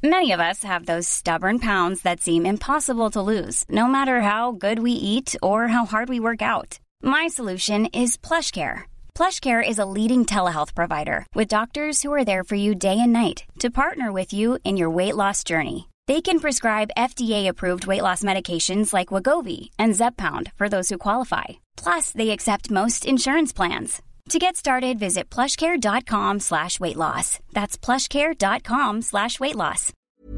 Many of us have those stubborn pounds that seem impossible to lose, no matter how good we eat or how hard we work out. My solution is PlushCare. PlushCare is a leading telehealth provider with doctors who are there for you day and night to partner with you in your weight loss journey. They can prescribe FDA-approved weight loss medications like Wegovy and Zepbound for those who qualify. Plus, they accept most insurance plans. To get started, visit plushcare.com/weightloss. That's plushcare.com/weightloss.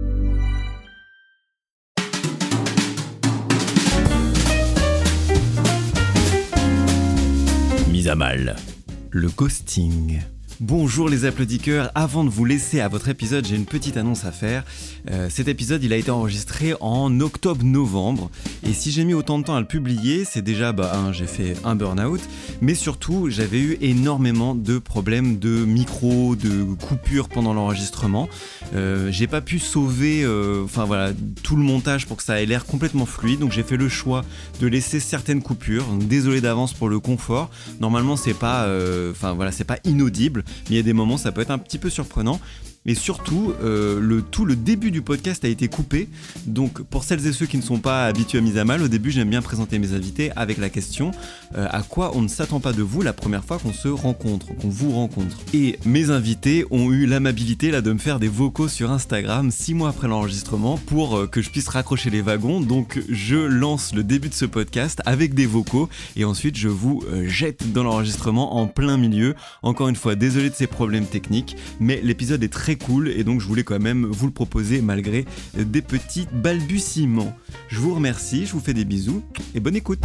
Mise à mal, le ghosting. Bonjour les applaudisseurs, avant de vous laisser à votre épisode, j'ai une petite annonce à faire. Cet épisode, il a été enregistré en octobre-novembre, et si j'ai mis autant de temps à le publier, c'est déjà, j'ai fait un burn-out, mais surtout, j'avais eu énormément de problèmes de micro, de coupures pendant l'enregistrement. J'ai pas pu sauver tout le montage pour que ça ait l'air complètement fluide, donc j'ai fait le choix de laisser certaines coupures. Donc, désolé d'avance pour le confort. Normalement, c'est pas inaudible. Mais il y a des moments, ça peut être un petit peu surprenant. Et surtout, le début du podcast a été coupé. Donc, pour celles et ceux qui ne sont pas habitués à Mise à Mal, au début, j'aime bien présenter mes invités avec la question à quoi on ne s'attend pas de vous la première fois qu'on se rencontre, qu'on vous rencontre. Et mes invités ont eu l'amabilité là de me faire des vocaux sur Instagram 6 mois après l'enregistrement pour que je puisse raccrocher les wagons. Donc, je lance le début de ce podcast avec des vocaux et ensuite je vous jette dans l'enregistrement en plein milieu. Encore une fois, désolé de ces problèmes techniques, mais l'épisode est très cool et donc je voulais quand même vous le proposer malgré des petits balbutiements. Je vous remercie, je vous fais des bisous et bonne écoute.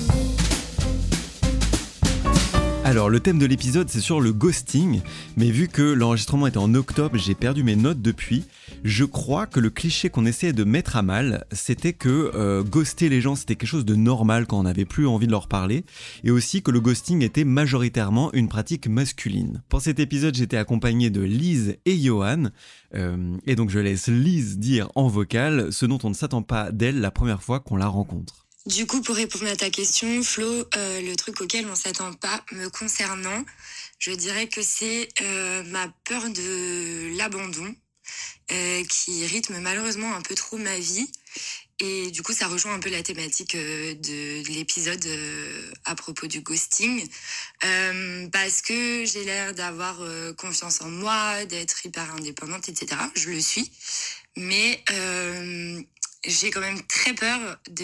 Alors le thème de l'épisode c'est sur le ghosting, mais vu que l'enregistrement était en octobre, j'ai perdu mes notes depuis. Je crois que le cliché qu'on essayait de mettre à mal, c'était que ghoster les gens c'était quelque chose de normal quand on n'avait plus envie de leur parler, et aussi que le ghosting était majoritairement une pratique masculine. Pour cet épisode j'étais accompagné de Lise et Johan, et donc je laisse Lise dire en vocal ce dont on ne s'attend pas d'elle la première fois qu'on la rencontre. Du coup, pour répondre à ta question, Flo, le truc auquel on s'attend pas me concernant, je dirais que c'est ma peur de l'abandon qui rythme malheureusement un peu trop ma vie. Et du coup, ça rejoint un peu la thématique de l'épisode à propos du ghosting. Parce que j'ai l'air d'avoir confiance en moi, d'être hyper indépendante, etc. Je le suis. Mais j'ai quand même très peur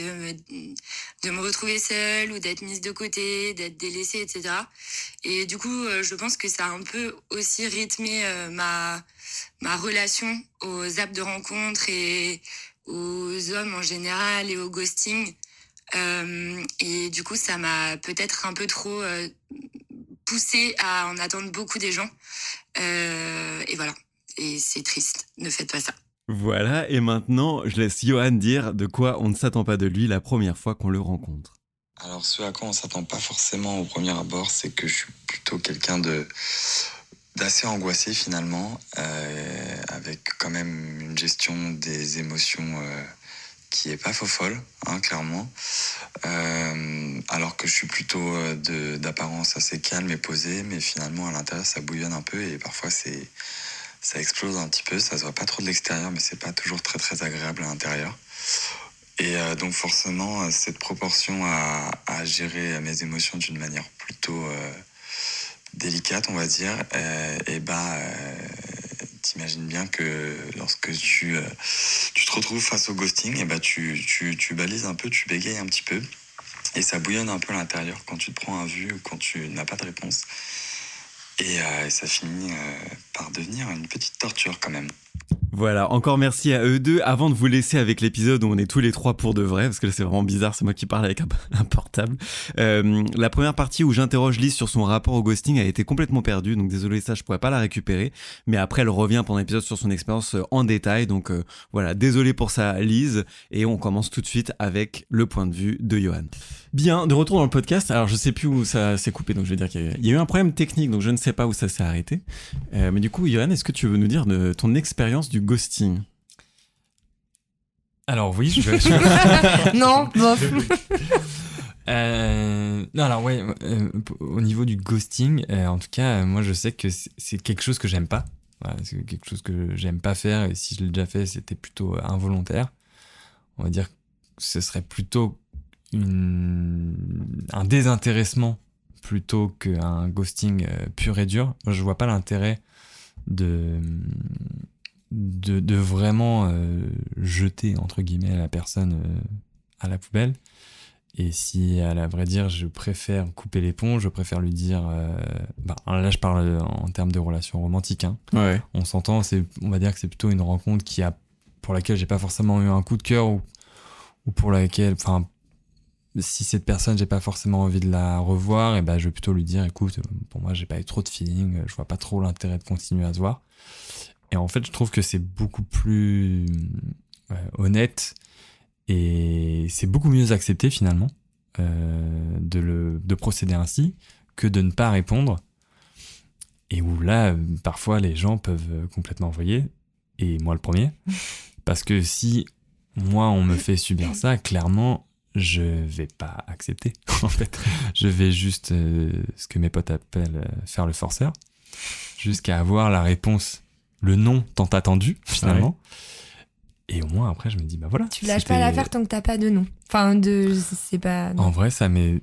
de me retrouver seule ou d'être mise de côté, d'être délaissée, etc. Et du coup, je pense que ça a un peu aussi rythmé ma relation aux apps de rencontre et aux hommes en général et au ghosting. Et du coup, ça m'a peut-être un peu trop poussée à en attendre beaucoup des gens. Et voilà. Et c'est triste. Ne faites pas ça. Voilà, et maintenant, je laisse Johan dire de quoi on ne s'attend pas de lui la première fois qu'on le rencontre. Alors, ce à quoi on ne s'attend pas forcément au premier abord, c'est que je suis plutôt quelqu'un d'assez angoissé finalement, avec quand même une gestion des émotions qui est pas folle, clairement. Alors que je suis plutôt d'apparence assez calme et posée, mais finalement à l'intérieur ça bouillonne un peu et parfois ça explose un petit peu, ça se voit pas trop de l'extérieur, mais c'est pas toujours très très agréable à l'intérieur. Et donc forcément, cette proportion à gérer mes émotions d'une manière plutôt délicate, on va dire, t'imagines bien que lorsque tu te retrouves face au ghosting, tu balises un peu, tu bégayes un petit peu, et ça bouillonne un peu à l'intérieur quand tu te prends un vu ou quand tu n'as pas de réponse. Et ça finit par devenir une petite torture quand même. Voilà, encore merci à eux deux. Avant de vous laisser avec l'épisode où on est tous les trois pour de vrai, parce que là c'est vraiment bizarre, c'est moi qui parle avec un portable. La première partie où j'interroge Lise sur son rapport au ghosting a été complètement perdue, donc désolé ça, je pourrais pas la récupérer. Mais après elle revient pendant l'épisode sur son expérience en détail, donc voilà, désolé pour ça Lise. Et on commence tout de suite avec le point de vue de Johan. Bien, de retour dans le podcast, alors je sais plus où ça s'est coupé, donc je vais dire qu'il y a eu un problème technique, donc je ne sais pas où ça s'est arrêté. Mais du coup, Johan, est-ce que tu veux nous dire de ton expérience du ghosting ? Alors oui, Non, bof. Non, alors ouais, au niveau du ghosting, en tout cas, moi je sais que c'est quelque chose que j'aime pas. Voilà, c'est quelque chose que j'aime pas faire, et si je l'ai déjà fait, c'était plutôt involontaire. On va dire que ce serait plutôt un désintéressement plutôt qu'un ghosting pur et dur. Moi, je vois pas l'intérêt de vraiment jeter, entre guillemets, la personne à la poubelle. Et si, à la vrai dire, je préfère couper les ponts, je préfère lui dire... là, je parle en termes de relations romantiques. Hein. Ouais. On s'entend, on va dire que c'est plutôt une rencontre pour laquelle j'ai pas forcément eu un coup de cœur ou pour laquelle... Enfin, si cette personne, j'ai pas forcément envie de la revoir, et ben, je vais plutôt lui dire, écoute, pour moi, j'ai pas eu trop de feeling, je vois pas trop l'intérêt de continuer à se voir. Et en fait, je trouve que c'est beaucoup plus honnête et c'est beaucoup mieux accepté finalement de procéder ainsi que de ne pas répondre. Et où là, parfois, les gens peuvent complètement envoyer, et moi le premier. Parce que si moi, on me fait subir ça, clairement, je vais pas accepter. En fait, je vais juste, ce que mes potes appellent faire le forceur, jusqu'à avoir la réponse, le non tant attendu, finalement. Ouais. Et au moins, après, je me dis, bah voilà. Tu lâches pas l'affaire tant que t'as pas de non. Enfin, c'est pas... Non. En vrai, ça m'est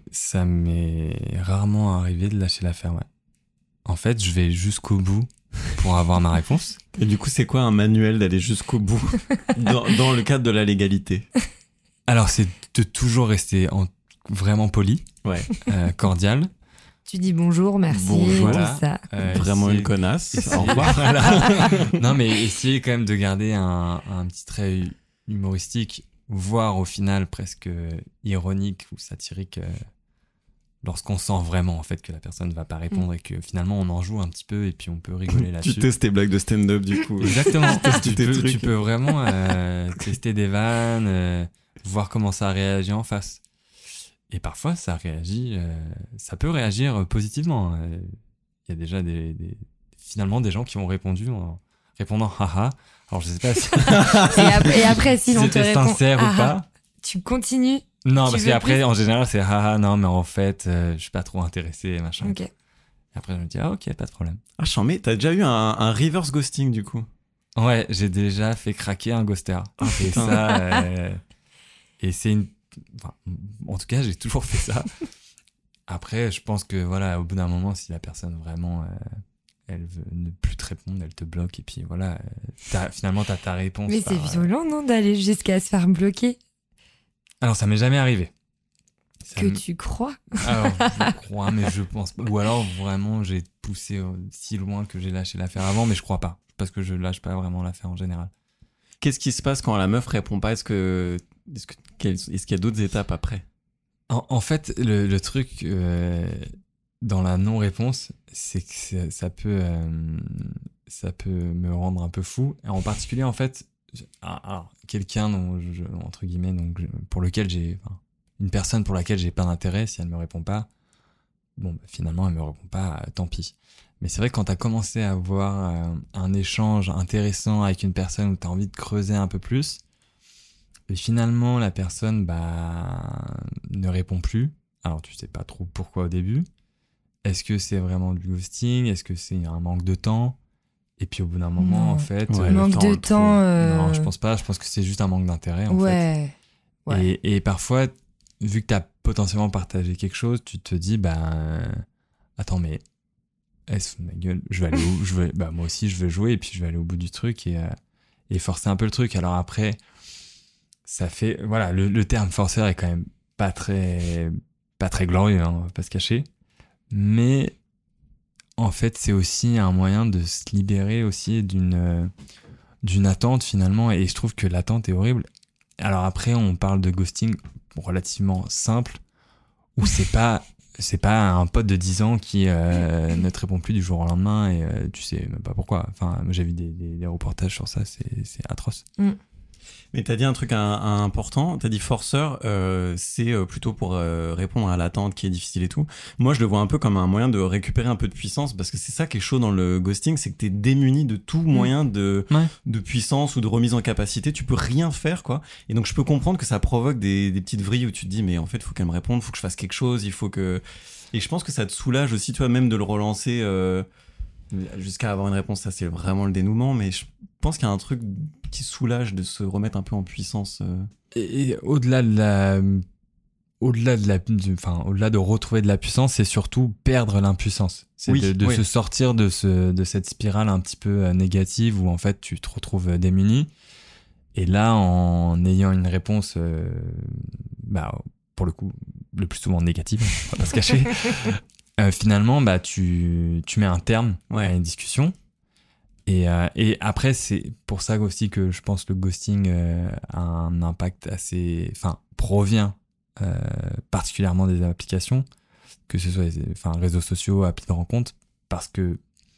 rarement arrivé de lâcher l'affaire, ouais. En fait, je vais jusqu'au bout pour avoir ma réponse. Et du coup, c'est quoi un manuel d'aller jusqu'au bout dans le cadre de la légalité? Alors, c'est de toujours rester vraiment poli, ouais. Cordial. Tu dis bonjour, merci, voilà. tout ça. Vraiment essayer... une connasse. Au revoir. Voilà. Non, mais essayez quand même de garder un petit trait humoristique, voire au final presque ironique ou satirique, lorsqu'on sent vraiment en fait que la personne ne va pas répondre et que finalement on en joue un petit peu et puis on peut rigoler là-dessus. Tu testes tes blagues de stand-up du coup. Exactement. tu peux vraiment tester des vannes, voir comment ça réagit en face. Et parfois, ça peut réagir positivement. Il y a déjà finalement des gens qui ont répondu en répondant haha. Alors, je sais pas si. et après, si l'on te répond sincère ou pas. Tu continues. Non, parce qu'après, en général, c'est haha, non, mais en fait, je suis pas trop intéressé, machin. Ok. Et après, je me dis, ok, pas de problème. Ah, chambé, t'as déjà eu un reverse ghosting du coup? Ouais, j'ai déjà fait craquer un ghoster. Et ça, et c'est Enfin, en tout cas, j'ai toujours fait ça. Après, je pense que voilà, au bout d'un moment, si la personne vraiment elle veut ne plus te répondre, elle te bloque et puis voilà, finalement t'as ta réponse. Mais c'est violent, non, d'aller jusqu'à se faire bloquer? Alors, ça m'est jamais arrivé. Tu crois? Alors, je crois, mais je pense pas. Ou alors vraiment, j'ai poussé si loin que j'ai lâché l'affaire avant, mais je crois pas, parce que je lâche pas vraiment l'affaire en général. Qu'est-ce qui se passe quand la meuf répond pas? Est-ce qu'il y a d'autres étapes après? En fait, le truc dans la non-réponse, c'est que ça peut me rendre un peu fou. Et en particulier, en fait, quelqu'un dont entre guillemets, pour lequel une personne pour laquelle j'ai pas d'intérêt, si elle me répond pas, bon, finalement, elle me répond pas, tant pis. Mais c'est vrai que quand t'as commencé à avoir un échange intéressant avec une personne où t'as envie de creuser un peu plus, et finalement la personne ne répond plus, alors tu sais pas trop pourquoi au début, est-ce que c'est vraiment du ghosting, est-ce que c'est un manque de temps, et puis au bout d'un moment, non. en fait... manque de temps... Non, je pense pas, je pense que c'est juste un manque d'intérêt en fait. Ouais. Et parfois, vu que t'as potentiellement partagé quelque chose, tu te dis, attends, mais... ma gueule, je vais aller où moi aussi je veux jouer et puis je vais aller au bout du truc et forcer un peu le truc. Alors après, ça fait voilà, le terme forceur est quand même pas très glorieux, hein, on va pas se cacher, mais en fait c'est aussi un moyen de se libérer aussi d'une attente finalement, et je trouve que l'attente est horrible. Alors après, on parle de ghosting relativement simple où c'est pas un pote de 10 ans qui ne te répond plus du jour au lendemain et tu sais même pas pourquoi. Enfin, moi j'ai vu des reportages sur ça, c'est atroce. Mais t'as dit un truc important, t'as dit forceur, c'est plutôt pour répondre à l'attente qui est difficile et tout. Moi je le vois un peu comme un moyen de récupérer un peu de puissance, parce que c'est ça qui est chaud dans le ghosting, c'est que t'es démuni de tout moyen de puissance ou de remise en capacité, tu peux rien faire quoi. Et donc je peux comprendre que ça provoque des petites vrilles où tu te dis mais en fait faut qu'elle me réponde, faut que je fasse quelque chose, il faut que... Et je pense que ça te soulage aussi toi même de le relancer... jusqu'à avoir une réponse, ça c'est vraiment le dénouement, mais je pense qu'il y a un truc qui soulage de se remettre un peu en puissance. Et au-delà de au-delà de retrouver de la puissance, c'est surtout perdre l'impuissance. C'est de se sortir de cette spirale un petit peu négative où en fait tu te retrouves démuni. Et là, en ayant une réponse, pour le coup, le plus souvent négative, on va pas se cacher, finalement, tu mets un terme à une discussion. Et après, c'est pour ça aussi que je pense que le ghosting a un impact assez... provient particulièrement des applications, que ce soit réseaux sociaux, applis de rencontre, parce que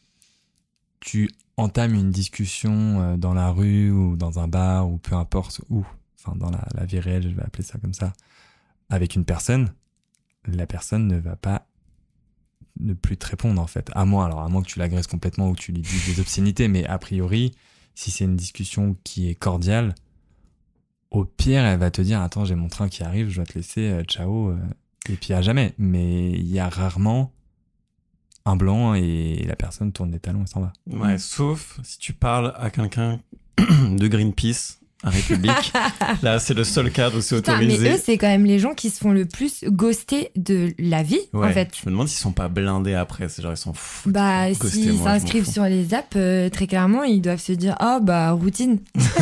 tu entames une discussion dans la rue ou dans un bar ou peu importe où, dans la vie réelle, je vais appeler ça comme ça, avec une personne, la personne ne va pas ne plus te répondre en fait, à moins que tu l'agresses complètement ou que tu lui dises des obscénités, mais a priori, si c'est une discussion qui est cordiale, au pire, elle va te dire « Attends, j'ai mon train qui arrive, je dois te laisser, ciao », et puis à jamais. Mais il y a rarement un blanc et la personne tourne les talons et s'en va. Ouais, sauf si tu parles à quelqu'un de Greenpeace, à République. Là, c'est le seul cas où c'est autorisé. Mais eux, c'est quand même les gens qui se font le plus ghoster de la vie, en fait. Je me demande s'ils sont pas blindés après. C'est genre, ils s'en foutent. S'ils s'inscrivent sur les apps, très clairement, ils doivent se dire routine.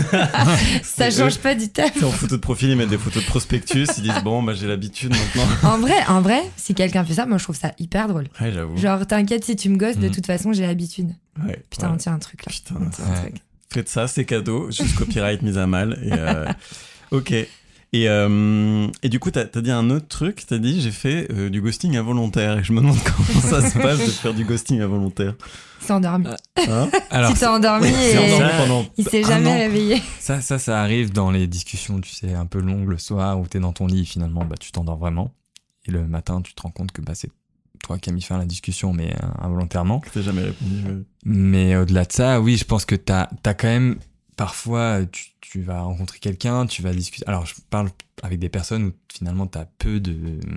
Ça change pas du taf. En photo de profil, ils mettent des photos de prospectus. Ils disent, j'ai l'habitude maintenant. En vrai, si quelqu'un fait ça, moi, je trouve ça hyper drôle. Ouais, j'avoue. Genre, t'inquiète, si tu me ghostes, de toute façon, j'ai l'habitude. Ouais, putain, on tient un truc là. Putain, faites ça, c'est cadeau, juste copyright mise à mal. Ok. Et du coup, t'as dit un autre truc, t'as dit j'ai fait du ghosting involontaire. Et je me demande comment ça se passe de faire du ghosting involontaire. Il s'est endormi. Alors, il s'est endormi il s'est jamais réveillé. Ça arrive dans les discussions, tu sais, un peu longues le soir où t'es dans ton lit et finalement tu t'endors vraiment. Et le matin, tu te rends compte que c'est toi qui as mis fin à la discussion, mais involontairement. Je t'ai jamais répondu. Mais au-delà de ça, oui, je pense que t'as quand même... Parfois, tu vas rencontrer quelqu'un, tu vas discuter... Alors, je parle avec des personnes où finalement, t'as peu de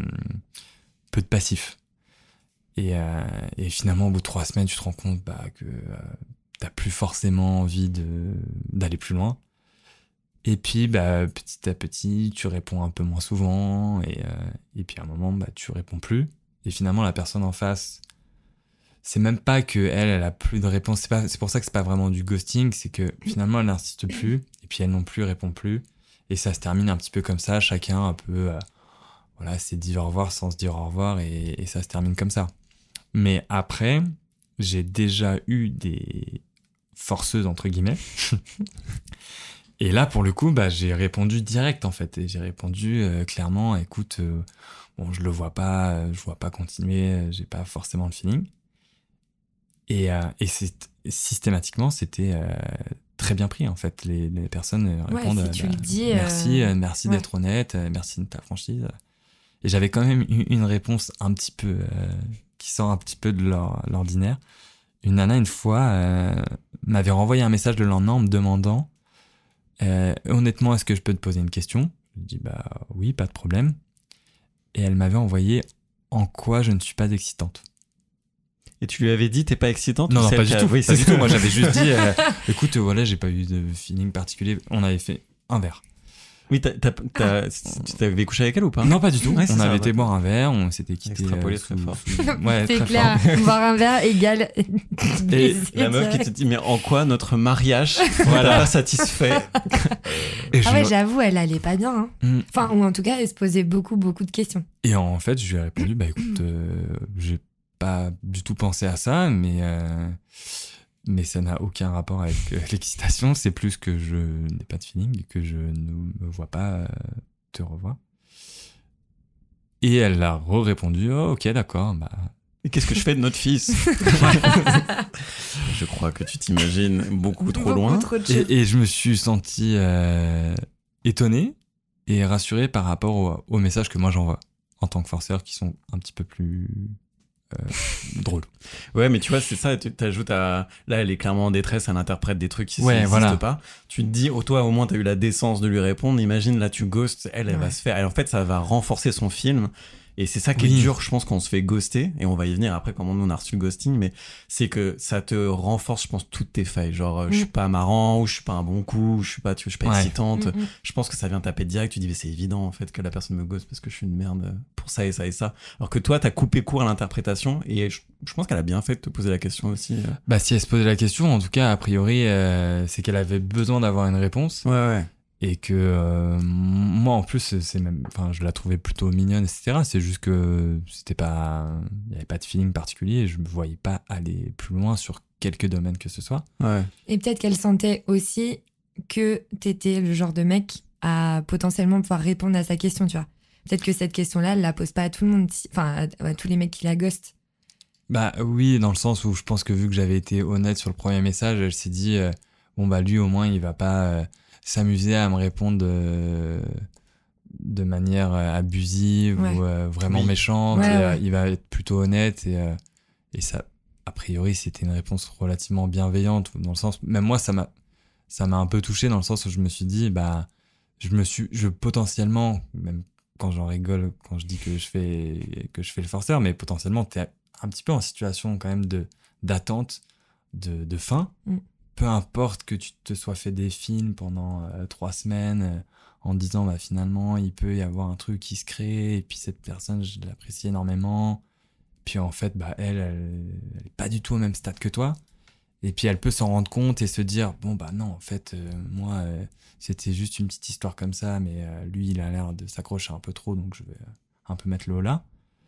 passifs. Et finalement, au bout de 3 semaines, tu te rends compte que t'as plus forcément envie d'aller plus loin. Et puis, petit à petit, tu réponds un peu moins souvent. Et puis, à un moment, tu réponds plus. Et finalement, la personne en face, c'est même pas qu'elle a plus de réponse. C'est pour ça que c'est pas vraiment du ghosting. C'est que finalement, elle n'insiste plus. Et puis, elle non plus répond plus. Et ça se termine un petit peu comme ça. Chacun un peu, c'est dire au revoir sans se dire au revoir. Et ça se termine comme ça. Mais après, j'ai déjà eu des forceuses, entre guillemets. Et là, pour le coup, j'ai répondu direct, en fait. Et j'ai répondu clairement, écoute... je le vois pas, je vois pas continuer, j'ai pas forcément le feeling. Et systématiquement, c'était très bien pris, en fait. Les personnes répondent si tu le dis, merci d'être honnête, merci de ta franchise. Et j'avais quand même eu une réponse un petit peu qui sort un petit peu de l'ordinaire. Une nana, une fois, m'avait renvoyé un message le lendemain en me demandant honnêtement, est-ce que je peux te poser une question ? Je lui dis oui, pas de problème. Et elle m'avait envoyé en quoi je ne suis pas excitante. Et tu lui avais dit t'es pas excitante ? Non, pas du tout. Oui, pas du tout. Moi, j'avais juste dit écoute, j'ai pas eu de feeling particulier. On avait fait un verre. Oui, tu t'avais couché avec elle ou pas ? Non, pas du tout. On avait été boire un verre, on s'était quitté. Extrapolé très fort. Ouais, c'est très clair. Boire un verre égale. Et la meuf qui te dit mais en quoi notre mariage pas satisfait ? J'avoue, elle allait pas bien. Enfin, ou en tout cas, elle se posait beaucoup de questions. Et en fait, je lui ai répondu écoute, j'ai pas du tout pensé à ça, mais ça n'a aucun rapport avec l'excitation. C'est plus que je n'ai pas de feeling, que je ne me vois pas te revoir. Et elle a répondu oh, ok, d'accord. Et qu'est-ce que je fais de notre fils ? Je crois que tu t'imagines beaucoup trop loin. Et je me suis senti étonné et rassuré par rapport au message que moi j'envoie en tant que forceur, qui sont un petit peu plus drôles. Ouais, mais tu vois, c'est ça, tu t'ajoutes à... Là, elle est clairement en détresse, elle interprète des trucs qui n'existent pas. Tu te dis, toi, au moins, t'as eu la décence de lui répondre. Imagine, là, tu ghostes, elle va se faire... Et en fait, ça va renforcer son film. Et c'est ça qui est dur, je pense, quand on se fait ghoster, et on va y venir après comment nous on a reçu le ghosting, mais c'est que ça te renforce, je pense, toutes tes failles. Genre, je suis pas marrant, ou je suis pas un bon coup, ou je suis pas excitante. Je pense que ça vient taper direct, tu dis, mais c'est évident, en fait, que la personne me ghost parce que je suis une merde pour ça et ça et ça. Alors que toi, t'as coupé court à l'interprétation, et je pense qu'elle a bien fait de te poser la question aussi. Bah, si elle se posait la question, en tout cas, a priori, c'est qu'elle avait besoin d'avoir une réponse. Ouais. Et que moi en plus c'est même, enfin je la trouvais plutôt mignonne, etc. C'est juste que c'était pas, il y avait pas de feeling particulier et je me voyais pas aller plus loin sur quelques domaines que ce soit. Et peut-être qu'elle sentait aussi que t'étais le genre de mec à potentiellement pouvoir répondre à sa question, tu vois. Peut-être que cette question-là, elle la pose pas à tout le monde, enfin à tous les mecs qui la ghostent. Bah oui, dans le sens où je pense que vu que j'avais été honnête sur le premier message, elle s'est dit bon bah lui au moins il va pas s'amuser à me répondre de manière abusive ou vraiment méchante. Il va être plutôt honnête et ça, a priori, c'était une réponse relativement bienveillante dans le sens, même moi ça m'a un peu touché dans le sens où je me suis dit bah je potentiellement, même quand j'en rigole quand je dis que je fais le forceur, mais potentiellement t'es un petit peu en situation quand même d'attente de fin. Peu importe que tu te sois fait des films pendant 3 semaines en disant bah finalement il peut y avoir un truc qui se crée et puis cette personne je l'apprécie énormément, puis en fait bah elle est pas du tout au même stade que toi et puis elle peut s'en rendre compte et se dire bon bah non en fait moi c'était juste une petite histoire comme ça, mais lui il a l'air de s'accrocher un peu trop donc je vais un peu mettre le haut là.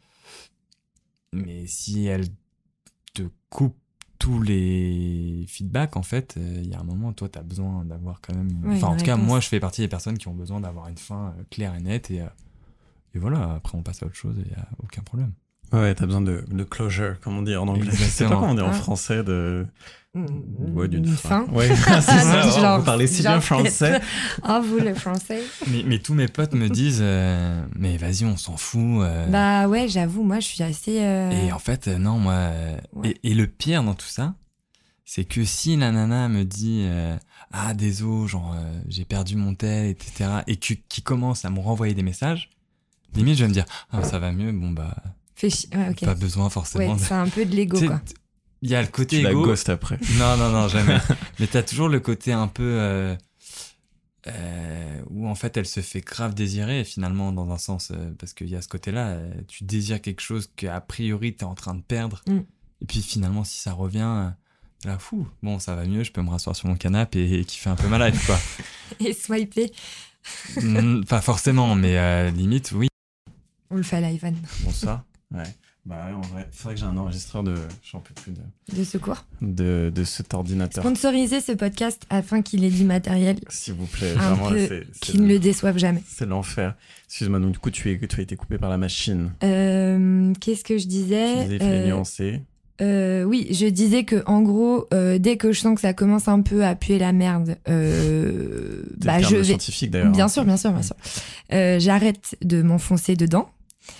Mais si elle te coupe tous les feedbacks, en fait, il y a un moment, toi, t'as besoin d'avoir quand même... Enfin, en tout cas, moi, je fais partie des personnes qui ont besoin d'avoir une fin claire et nette. Et voilà, après, on passe à autre chose et il n'y a aucun problème. Ouais, t'as besoin de closure, comme on dit en anglais. Je sais pas comment on dit en français d'une fin. Ouais, c'est ça. Genre, vous parlez si bien français. Ah, vous, le français. Mais tous mes potes me disent mais vas-y, on s'en fout. Bah ouais, j'avoue, moi, je suis assez... Et en fait, non, moi... Et le pire dans tout ça, c'est que si la nana me dit ah, désolé, genre, j'ai perdu mon tel, etc., et qui commence à me renvoyer des messages, limite, je vais me dire ah, ça va mieux, bon, bah... Pas besoin forcément. Ouais, c'est un peu de l'ego, quoi. Il y a le côté tu égo. la ghost après. Non, jamais. Mais t'as toujours le côté un peu où en fait elle se fait grave désirer finalement dans un sens parce qu'il y a ce côté-là, tu désires quelque chose qu'a priori t'es en train de perdre et puis finalement si ça revient là fou, bon ça va mieux, je peux me rasseoir sur mon canapé et kiffer un peu ma life quoi. Et swiper. Pas forcément, mais limite oui. On le fait à l'iPhone. Bon ça. Ouais. Bah ouais, en vrai, faudrait que j'ai un enregistreur j'en peux plus de secours de cet ordinateur. Sponsorisez ce podcast afin qu'il ait du matériel. S'il vous plaît, vraiment, qu'il ne le déçoive jamais. C'est l'enfer. Excuse-moi, donc du coup, tu as été coupé par la machine. Qu'est-ce que je disais ? Tu disais il fallait nuancer. Oui, je disais que en gros, dès que je sens que ça commence un peu à puer la merde, je vais. Scientifique d'ailleurs. Bien sûr. J'arrête de m'enfoncer dedans.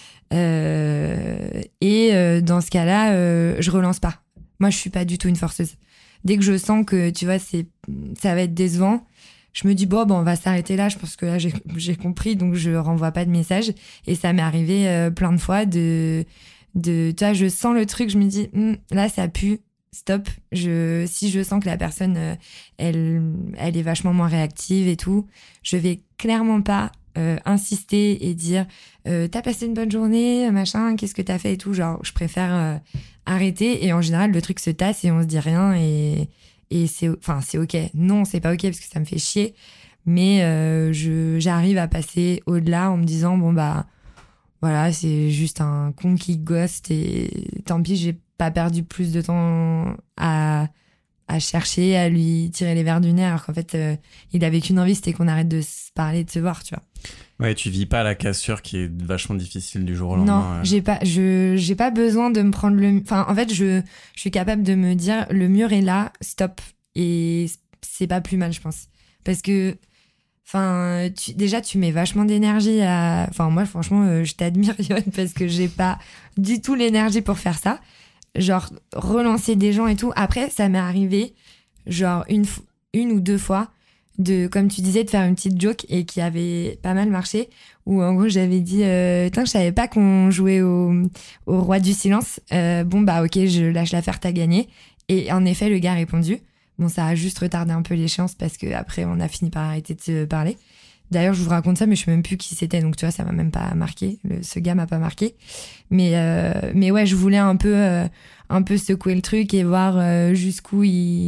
Dans ce cas-là, je relance pas. Moi, je suis pas du tout une forceuse. Dès que je sens que, tu vois, ça va être décevant, je me dis bon, on va s'arrêter là. Je pense que là, j'ai compris, donc je renvoie pas de message. Et ça m'est arrivé plein de fois tu vois, je sens le truc, je me dis là, ça pue. Stop. Si je sens que la personne, elle est vachement moins réactive et tout, je vais clairement pas insister et dire t'as passé une bonne journée, machin, qu'est-ce que t'as fait et tout. Genre, je préfère arrêter et en général, le truc se tasse et on se dit rien et c'est ok. Non, c'est pas ok parce que ça me fait chier, mais j'arrive à passer au-delà en me disant bon bah voilà, c'est juste un con qui ghost et tant pis, j'ai pas perdu plus de temps à chercher, à lui tirer les verres du nez, alors qu'en fait, il avait qu'une envie, c'était qu'on arrête de se parler, de se voir, tu vois. Ouais, tu vis pas la cassure qui est vachement difficile du jour au lendemain. Non, j'ai pas besoin de me prendre en fait, je suis capable de me dire, le mur est là, stop. Et c'est pas plus mal, je pense. Parce que, déjà, tu mets vachement d'énergie à... moi, franchement, je t'admire, Yoann, parce que j'ai pas du tout l'énergie pour faire ça. Genre, relancer des gens et tout. Après, ça m'est arrivé, genre, une ou deux fois, comme tu disais, de faire une petite joke et qui avait pas mal marché, où en gros j'avais dit je savais pas qu'on jouait au Roi du Silence, bon bah ok, je lâche l'affaire, t'as gagné. Et en effet le gars a répondu. Bon, ça a juste retardé un peu l'échéance parce que après on a fini par arrêter de se parler. D'ailleurs je vous raconte ça mais je sais même plus qui c'était, donc tu vois ça m'a même pas marqué, ce gars m'a pas marqué, mais ouais, je voulais un peu secouer le truc et voir jusqu'où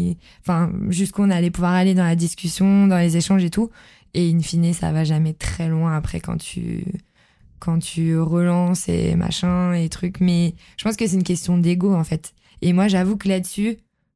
on allait pouvoir aller dans la discussion, dans les échanges et tout. Et in fine, ça va jamais très loin après quand tu relances et machin et trucs. Mais je pense que c'est une question d'ego en fait. Et moi, j'avoue que là-dessus,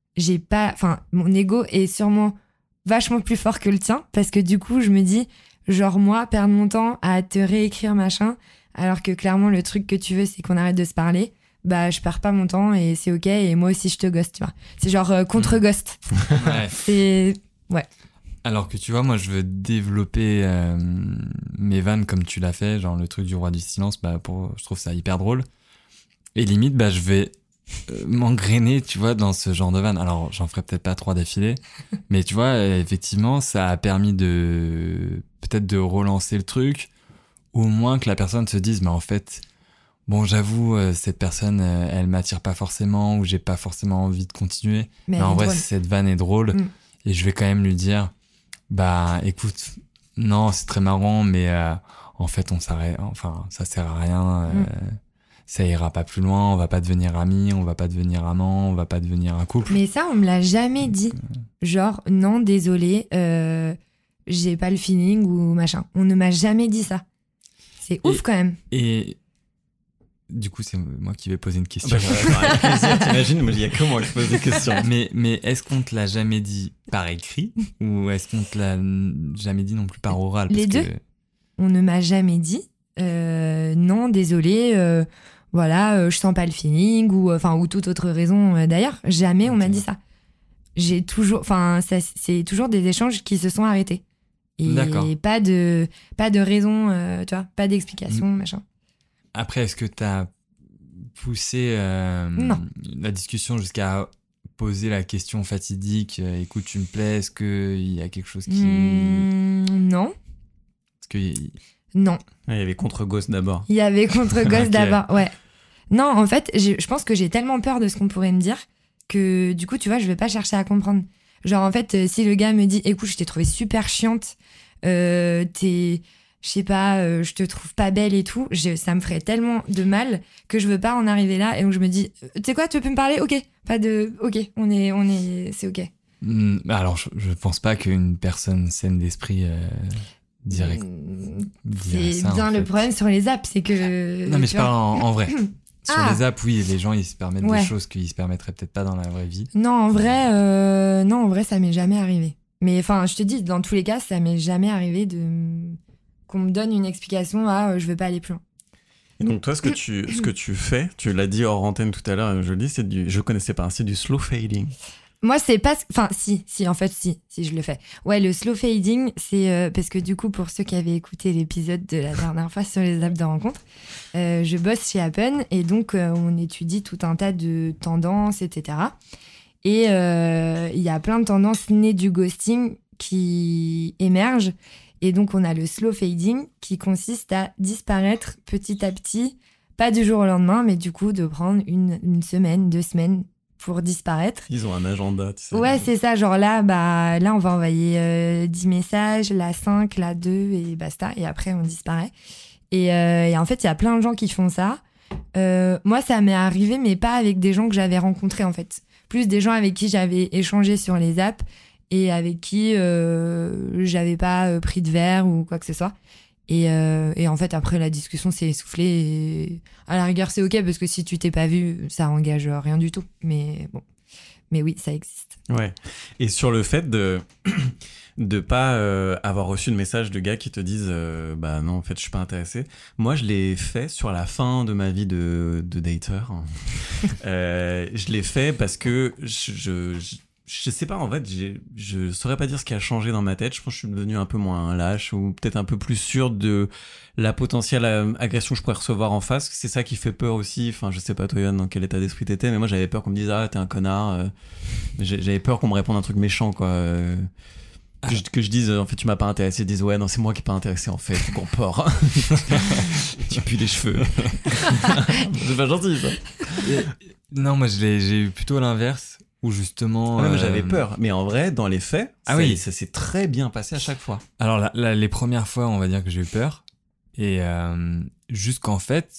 mon ego est sûrement vachement plus fort que le tien, parce que du coup, je me dis, genre moi, perdre mon temps à te réécrire machin, alors que clairement, le truc que tu veux, c'est qu'on arrête de se parler. Bah je perds pas mon temps et c'est ok, et moi aussi je te ghost, tu vois, c'est genre contre-ghost. Ouais. C'est ouais. Alors que tu vois, moi je veux développer mes vannes comme tu l'as fait, genre le truc du Roi du Silence, je trouve ça hyper drôle, et limite je vais m'engrainer, tu vois, dans ce genre de vannes. Alors j'en ferai peut-être pas 3 d'affilée, mais tu vois, effectivement ça a permis peut-être de relancer le truc, ou au moins que la personne se dise mais en fait bon, j'avoue, cette personne, elle m'attire pas forcément, ou j'ai pas forcément envie de continuer. Mais en vrai, cette vanne est drôle. Et je vais quand même lui dire, écoute, non, c'est très marrant, mais en fait, on s'arrête. Enfin, ça sert à rien. Ça ira pas plus loin. On va pas devenir amis, on va pas devenir amants, on va pas devenir un couple. Mais ça, on me l'a jamais dit. Genre, non, désolé, j'ai pas le feeling ou machin. On ne m'a jamais dit ça. C'est ouf quand même. Et du coup, c'est moi qui vais poser une question. Avec plaisir, t'imagines, mais il y a que moi qui pose des questions. Mais est-ce qu'on te l'a jamais dit par écrit, ou est-ce qu'on te l'a jamais dit non plus par oral? Les deux. On ne m'a jamais dit non, désolé, je sens pas le feeling, ou toute autre raison. D'ailleurs, jamais on m'a dit ça. C'est toujours des échanges qui se sont arrêtés. Et d'accord. pas de raison, tu vois, pas d'explication, machin. Après, est-ce que t'as poussé la discussion jusqu'à poser la question fatidique, écoute, tu me plais, est-ce qu'il y a quelque chose qui... Non. Non. Il y avait contre-ghost d'abord. Il y avait contre-ghost d'abord, ouais. Non, en fait, je pense que j'ai tellement peur de ce qu'on pourrait me dire que du coup, tu vois, je vais pas chercher à comprendre. Genre, en fait, si le gars me dit, écoute, je t'ai trouvé super chiante, je sais pas, je te trouve pas belle et tout, ça me ferait tellement de mal que je veux pas en arriver là. Et donc je me dis, tu sais quoi, tu peux me parler? Ok, c'est ok. Alors je pense pas qu'une personne saine d'esprit dirait c'est ça, bien le problème sur les apps, c'est que... Non mais je parle en vrai. Sur les apps, oui, les gens ils se permettent des choses qu'ils se permettraient peut-être pas dans la vraie vie. Non, en vrai, ça m'est jamais arrivé. Mais enfin, je te dis, dans tous les cas, ça m'est jamais arrivé qu'on me donne une explication je veux pas aller plus loin. Et donc toi, ce que tu fais, tu l'as dit hors antenne tout à l'heure, je le dis, je connaissais pas, c'est du slow fading. Moi, c'est pas... Enfin, si, je le fais. Ouais, le slow fading, c'est... parce que du coup, pour ceux qui avaient écouté l'épisode de la dernière fois sur les apps de rencontre, je bosse chez Appen, et donc on étudie tout un tas de tendances, etc. Et il y a plein de tendances nées du ghosting qui émergent. Et donc, on a le slow fading qui consiste à disparaître petit à petit, pas du jour au lendemain, mais du coup, de prendre une semaine, 2 semaines pour disparaître. Ils ont un agenda, tu sais. Ouais, c'est ça. Genre là, on va envoyer 10 messages, là 5, là 2, et basta. Et après, on disparaît. Et en fait, il y a plein de gens qui font ça. Moi, ça m'est arrivé, mais pas avec des gens que j'avais rencontrés, en fait. Plus des gens avec qui j'avais échangé sur les apps, et avec qui j'avais pas pris de verre ou quoi que ce soit. Et en fait, après, la discussion s'est essoufflée. Et à la rigueur, c'est ok, parce que si tu t'es pas vu, ça engage rien du tout. Mais bon. Mais oui, ça existe. Ouais. Et sur le fait de pas avoir reçu de message de gars qui te disent non, en fait, je suis pas intéressé. Moi, je l'ai fait sur la fin de ma vie de dater. Je l'ai fait parce que je sais pas, en fait, je saurais pas dire ce qui a changé dans ma tête. Je pense que je suis devenu un peu moins lâche, ou peut-être un peu plus sûr de la potentielle agression que je pourrais recevoir en face. C'est ça qui fait peur aussi. Enfin, je sais pas, toi, Yoann, dans quel état d'esprit t'étais, mais moi, j'avais peur qu'on me dise « Ah, t'es un connard ». J'avais peur qu'on me réponde un truc méchant, quoi. Que je dise, en fait, tu m'as pas intéressé, ils disent, ouais, non, c'est moi qui n'ai pas intéressé, en fait, gros porc. Tu pues les cheveux. C'est pas gentil, ça. Non, moi, j'ai eu plutôt l'inverse, où justement... Ouais, j'avais peur, mais en vrai, dans les faits, ça s'est très bien passé à chaque fois. Alors, les premières fois, on va dire que j'ai eu peur, et jusqu'au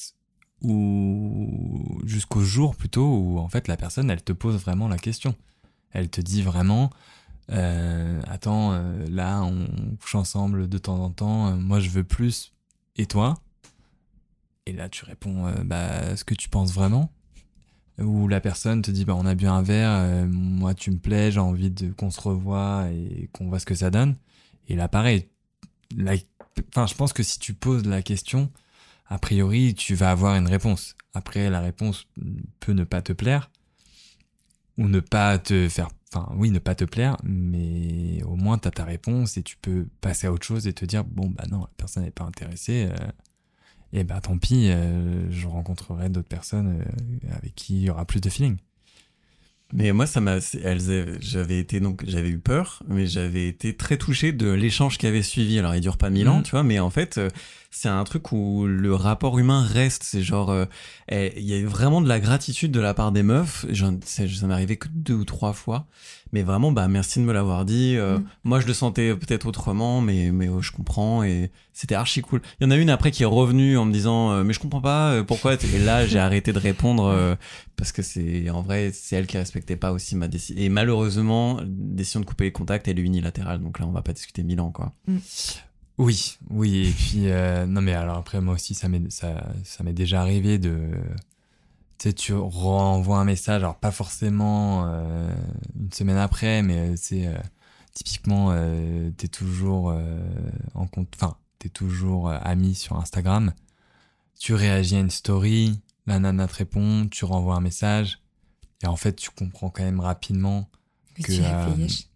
jour, plutôt, où, en fait, la personne, elle te pose vraiment la question. Elle te dit vraiment... attends, là on couche ensemble de temps en temps, moi je veux plus, et toi? Et là tu réponds est-ce que tu penses vraiment? Ou la personne te dit on a bu un verre, moi tu me plais, j'ai envie qu'on se revoie et qu'on voit ce que ça donne. Et là pareil, je pense que si tu poses la question, a priori tu vas avoir une réponse. Après la réponse peut ne pas te plaire ou ne pas te faire... ne pas te plaire, mais au moins t'as ta réponse et tu peux passer à autre chose et te dire non, la personne n'est pas intéressée, et tant pis, je rencontrerai d'autres personnes avec qui il y aura plus de feeling. Mais moi, j'avais eu peur, mais j'avais été très touché de l'échange qui avait suivi. Alors, il dure pas 1000 ans, tu vois, mais en fait, c'est un truc où le rapport humain reste. C'est genre, il y a vraiment de la gratitude de la part des meufs. Ça m'est arrivé que 2 ou 3 fois. Mais vraiment, merci de me l'avoir dit. Moi, je le sentais peut-être autrement, mais je comprends. Et c'était archi cool. Il y en a une après qui est revenue en me disant, mais je comprends pas, pourquoi. Et là, j'ai arrêté de répondre parce que en vrai, c'est elle qui respectait pas aussi ma décision. Et malheureusement, la décision de couper les contacts, elle est unilatérale. Donc là, on va pas discuter 1000 ans, quoi. Oui. Et puis, non, mais alors après, moi aussi, ça m'est déjà arrivé de... Tu sais, tu renvoies un message, alors pas forcément une semaine après, mais typiquement, t'es toujours en compte, t'es toujours ami sur Instagram, tu réagis à une story, la nana te répond, tu renvoies un message, et en fait, tu comprends quand même rapidement que... tu as fait yesh.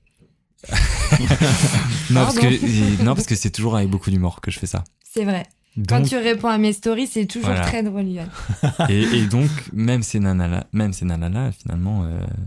non, parce que c'est toujours avec beaucoup d'humour que je fais ça. C'est vrai. Quand tu réponds à mes stories, c'est toujours très drôle, Yoann. et donc, même ces nanas-là, finalement,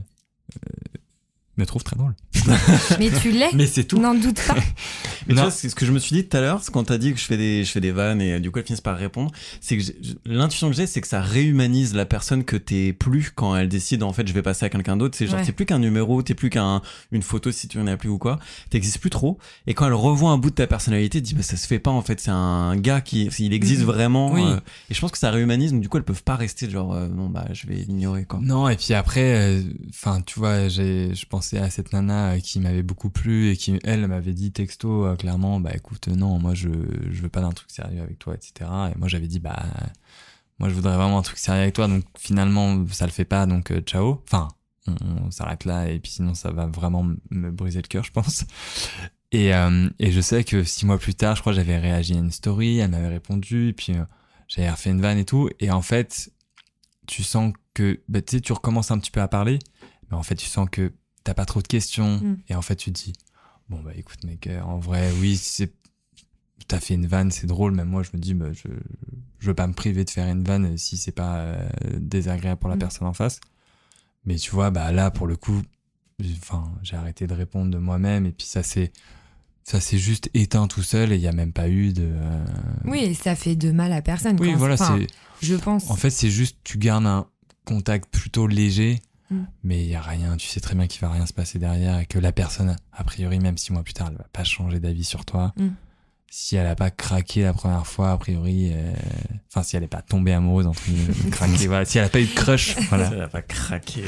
me trouvent très drôle. Mais tu l'es. Mais c'est tout. N'en doute pas. Mais tu vois, c'est ce que je me suis dit tout à l'heure, c'est quand t'as dit que je fais des vannes et du coup elles finissent par répondre, c'est que l'intuition que j'ai, c'est que ça réhumanise la personne que t'es plus quand elle décide en fait je vais passer à quelqu'un d'autre. C'est genre t'es plus qu'un numéro, t'es plus qu'une photo si tu en as plus ou quoi. T'existes plus trop. Et quand elle revoit un bout de ta personnalité, elle dit ça se fait pas en fait. C'est un gars il existe vraiment. Oui. Et je pense que ça réhumanise. Donc du coup elles peuvent pas rester genre non je vais l'ignorer quoi. Non, et puis après, tu vois, je pensais à cette nana qui m'avait beaucoup plu et qui elle m'avait dit texto clairement écoute non, moi je veux pas d'un truc sérieux avec toi, etc. Et moi j'avais dit moi je voudrais vraiment un truc sérieux avec toi, donc finalement ça le fait pas, donc ciao, on s'arrête là, et puis sinon ça va vraiment me briser le cœur, je pense. Et je sais que 6 mois plus tard, je crois, j'avais réagi à une story, elle m'avait répondu, et puis j'avais refait une vanne et tout, et en fait tu sens que tu sais, tu recommences un petit peu à parler, mais en fait tu sens que t'as pas trop de questions, et en fait tu te dis écoute mec, en vrai oui, t'as fait une vanne, c'est drôle, même moi je me dis je veux pas me priver de faire une vanne si c'est pas désagréable pour la personne en face. Mais tu vois, là pour le coup, j'ai arrêté de répondre de moi-même, et puis ça s'est juste éteint tout seul, et il y a même pas eu de Oui, ça fait de mal à personne. Oui, voilà, je pense. En fait, c'est juste tu gardes un contact plutôt léger. Mais il y a rien, tu sais très bien qu'il va rien se passer derrière, et que la personne, a priori, même 6 mois plus tard, elle va pas changer d'avis sur toi. Si elle a pas craqué la première fois, a priori, si elle est pas tombée amoureuse, entre guillemets, craqué, voilà. Si elle a pas eu de crush, voilà. Si elle a pas craqué.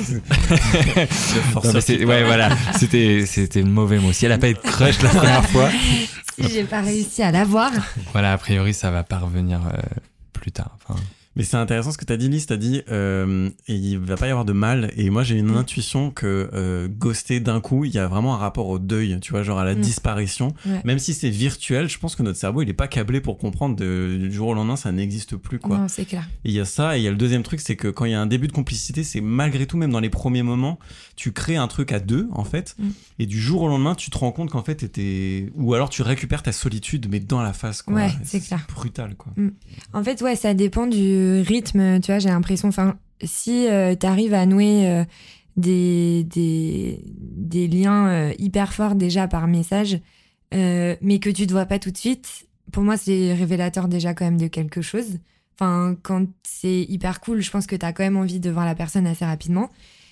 C'était le mauvais mot. Si elle a pas eu de crush la première fois. Si j'ai pas réussi à l'avoir. Voilà, a priori, ça va pas revenir plus tard. Mais c'est intéressant ce que t'as dit, Lise. T'as dit il va pas y avoir de mal. Et moi, j'ai une intuition que ghoster d'un coup, il y a vraiment un rapport au deuil, tu vois, genre à la disparition. Ouais. Même si c'est virtuel, je pense que notre cerveau, il est pas câblé pour comprendre du jour au lendemain, ça n'existe plus, quoi. Non, c'est clair. Et il y a ça. Et il y a le deuxième truc, c'est que quand il y a un début de complicité, c'est malgré tout, même dans les premiers moments, tu crées un truc à deux, en fait. Et du jour au lendemain, tu te rends compte qu'en fait, ou alors tu récupères ta solitude, mais dans la face, quoi. Ouais, c'est clair. Brutal, quoi. En fait, ça dépend du rythme, tu vois, j'ai l'impression, si t'arrives à nouer liens hyper forts déjà par message, mais que tu te vois pas tout de suite. Pour moi, c'est révélateur déjà quand même de quelque chose. Enfin, quand c'est hyper cool, je pense que t'as quand même envie de voir la personne assez rapidement.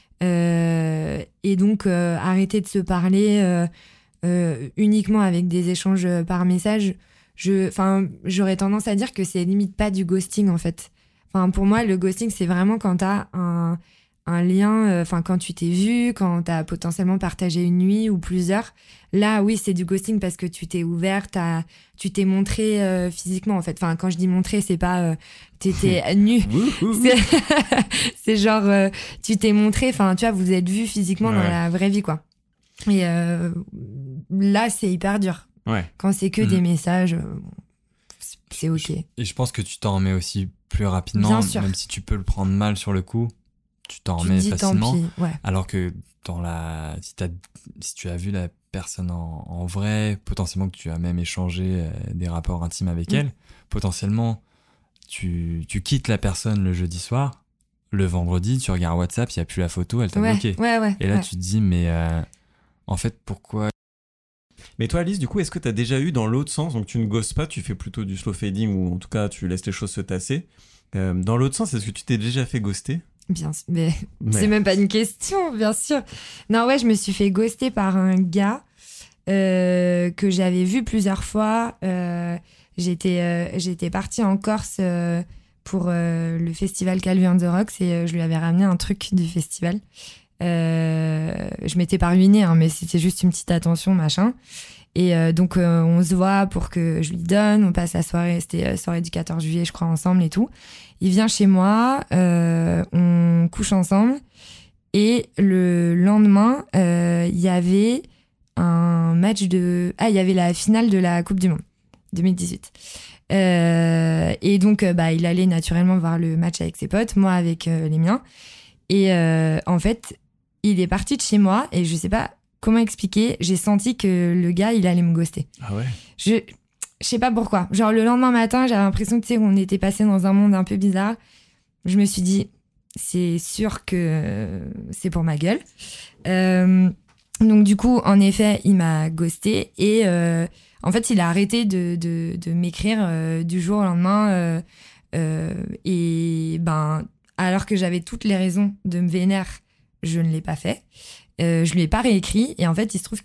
Et donc, arrêter de se parler uniquement avec des échanges par message, j'aurais tendance à dire que c'est limite pas du ghosting, en fait. Enfin, pour moi, le ghosting, c'est vraiment quand t'as un lien, quand tu t'es vu, quand t'as potentiellement partagé une nuit ou plusieurs. Là, oui, c'est du ghosting parce que tu t'es ouverte, tu t'es montré physiquement, en fait. Enfin, quand je dis montré, c'est pas t'étais nue. C'est genre, tu t'es montré, enfin, tu vois, vous êtes vus physiquement dans la vraie vie, quoi. Et là, c'est hyper dur. Ouais. Quand c'est que des messages, c'est OK. Et je pense que tu t'en remets aussi plus rapidement, bien sûr. Même si tu peux le prendre mal sur le coup. Tu t'en remets facilement. Tant pis, ouais. Alors que si tu as vu la personne en vrai, potentiellement que tu as même échangé des rapports intimes avec elle, potentiellement tu quittes la personne le jeudi soir, le vendredi, tu regardes WhatsApp, il n'y a plus la photo, elle t'a bloqué. Ouais, et là, tu te dis, mais en fait, pourquoi? Mais toi, Alice, du coup, est-ce que tu as déjà eu dans l'autre sens, donc tu ne ghostes pas, tu fais plutôt du slow fading, ou en tout cas, tu laisses les choses se tasser. Dans l'autre sens, est-ce que tu t'es déjà fait ghoster ? Bien, mais c'est même pas une question, bien sûr. Non, ouais, je me suis fait ghoster par un gars que j'avais vu plusieurs fois. J'étais partie en Corse pour le festival Calvi on the Rocks et je lui avais ramené un truc du festival. Je m'étais pas ruinée, hein, mais c'était juste une petite attention, machin. Et donc, on se voit pour que je lui donne. On passe la soirée, c'était soirée du 14 juillet, je crois, ensemble et tout. Il vient chez moi, on couche ensemble. Et le lendemain, il y avait un match il y avait la finale de la Coupe du Monde 2018. Et donc, il allait naturellement voir le match avec ses potes, moi avec les miens. Et en fait, il est parti de chez moi et je sais pas comment expliquer, j'ai senti que le gars, il allait me ghoster. Ah ouais? Je sais pas pourquoi. Genre, le lendemain matin, j'avais l'impression que, tu sais, on était passé dans un monde un peu bizarre. Je me suis dit, c'est sûr que c'est pour ma gueule. Donc, du coup, en effet, il m'a ghosté et en fait, il a arrêté de m'écrire du jour au lendemain. Et alors que j'avais toutes les raisons de me vénérer, je ne l'ai pas fait. Je lui ai pas réécrit et en fait il se trouve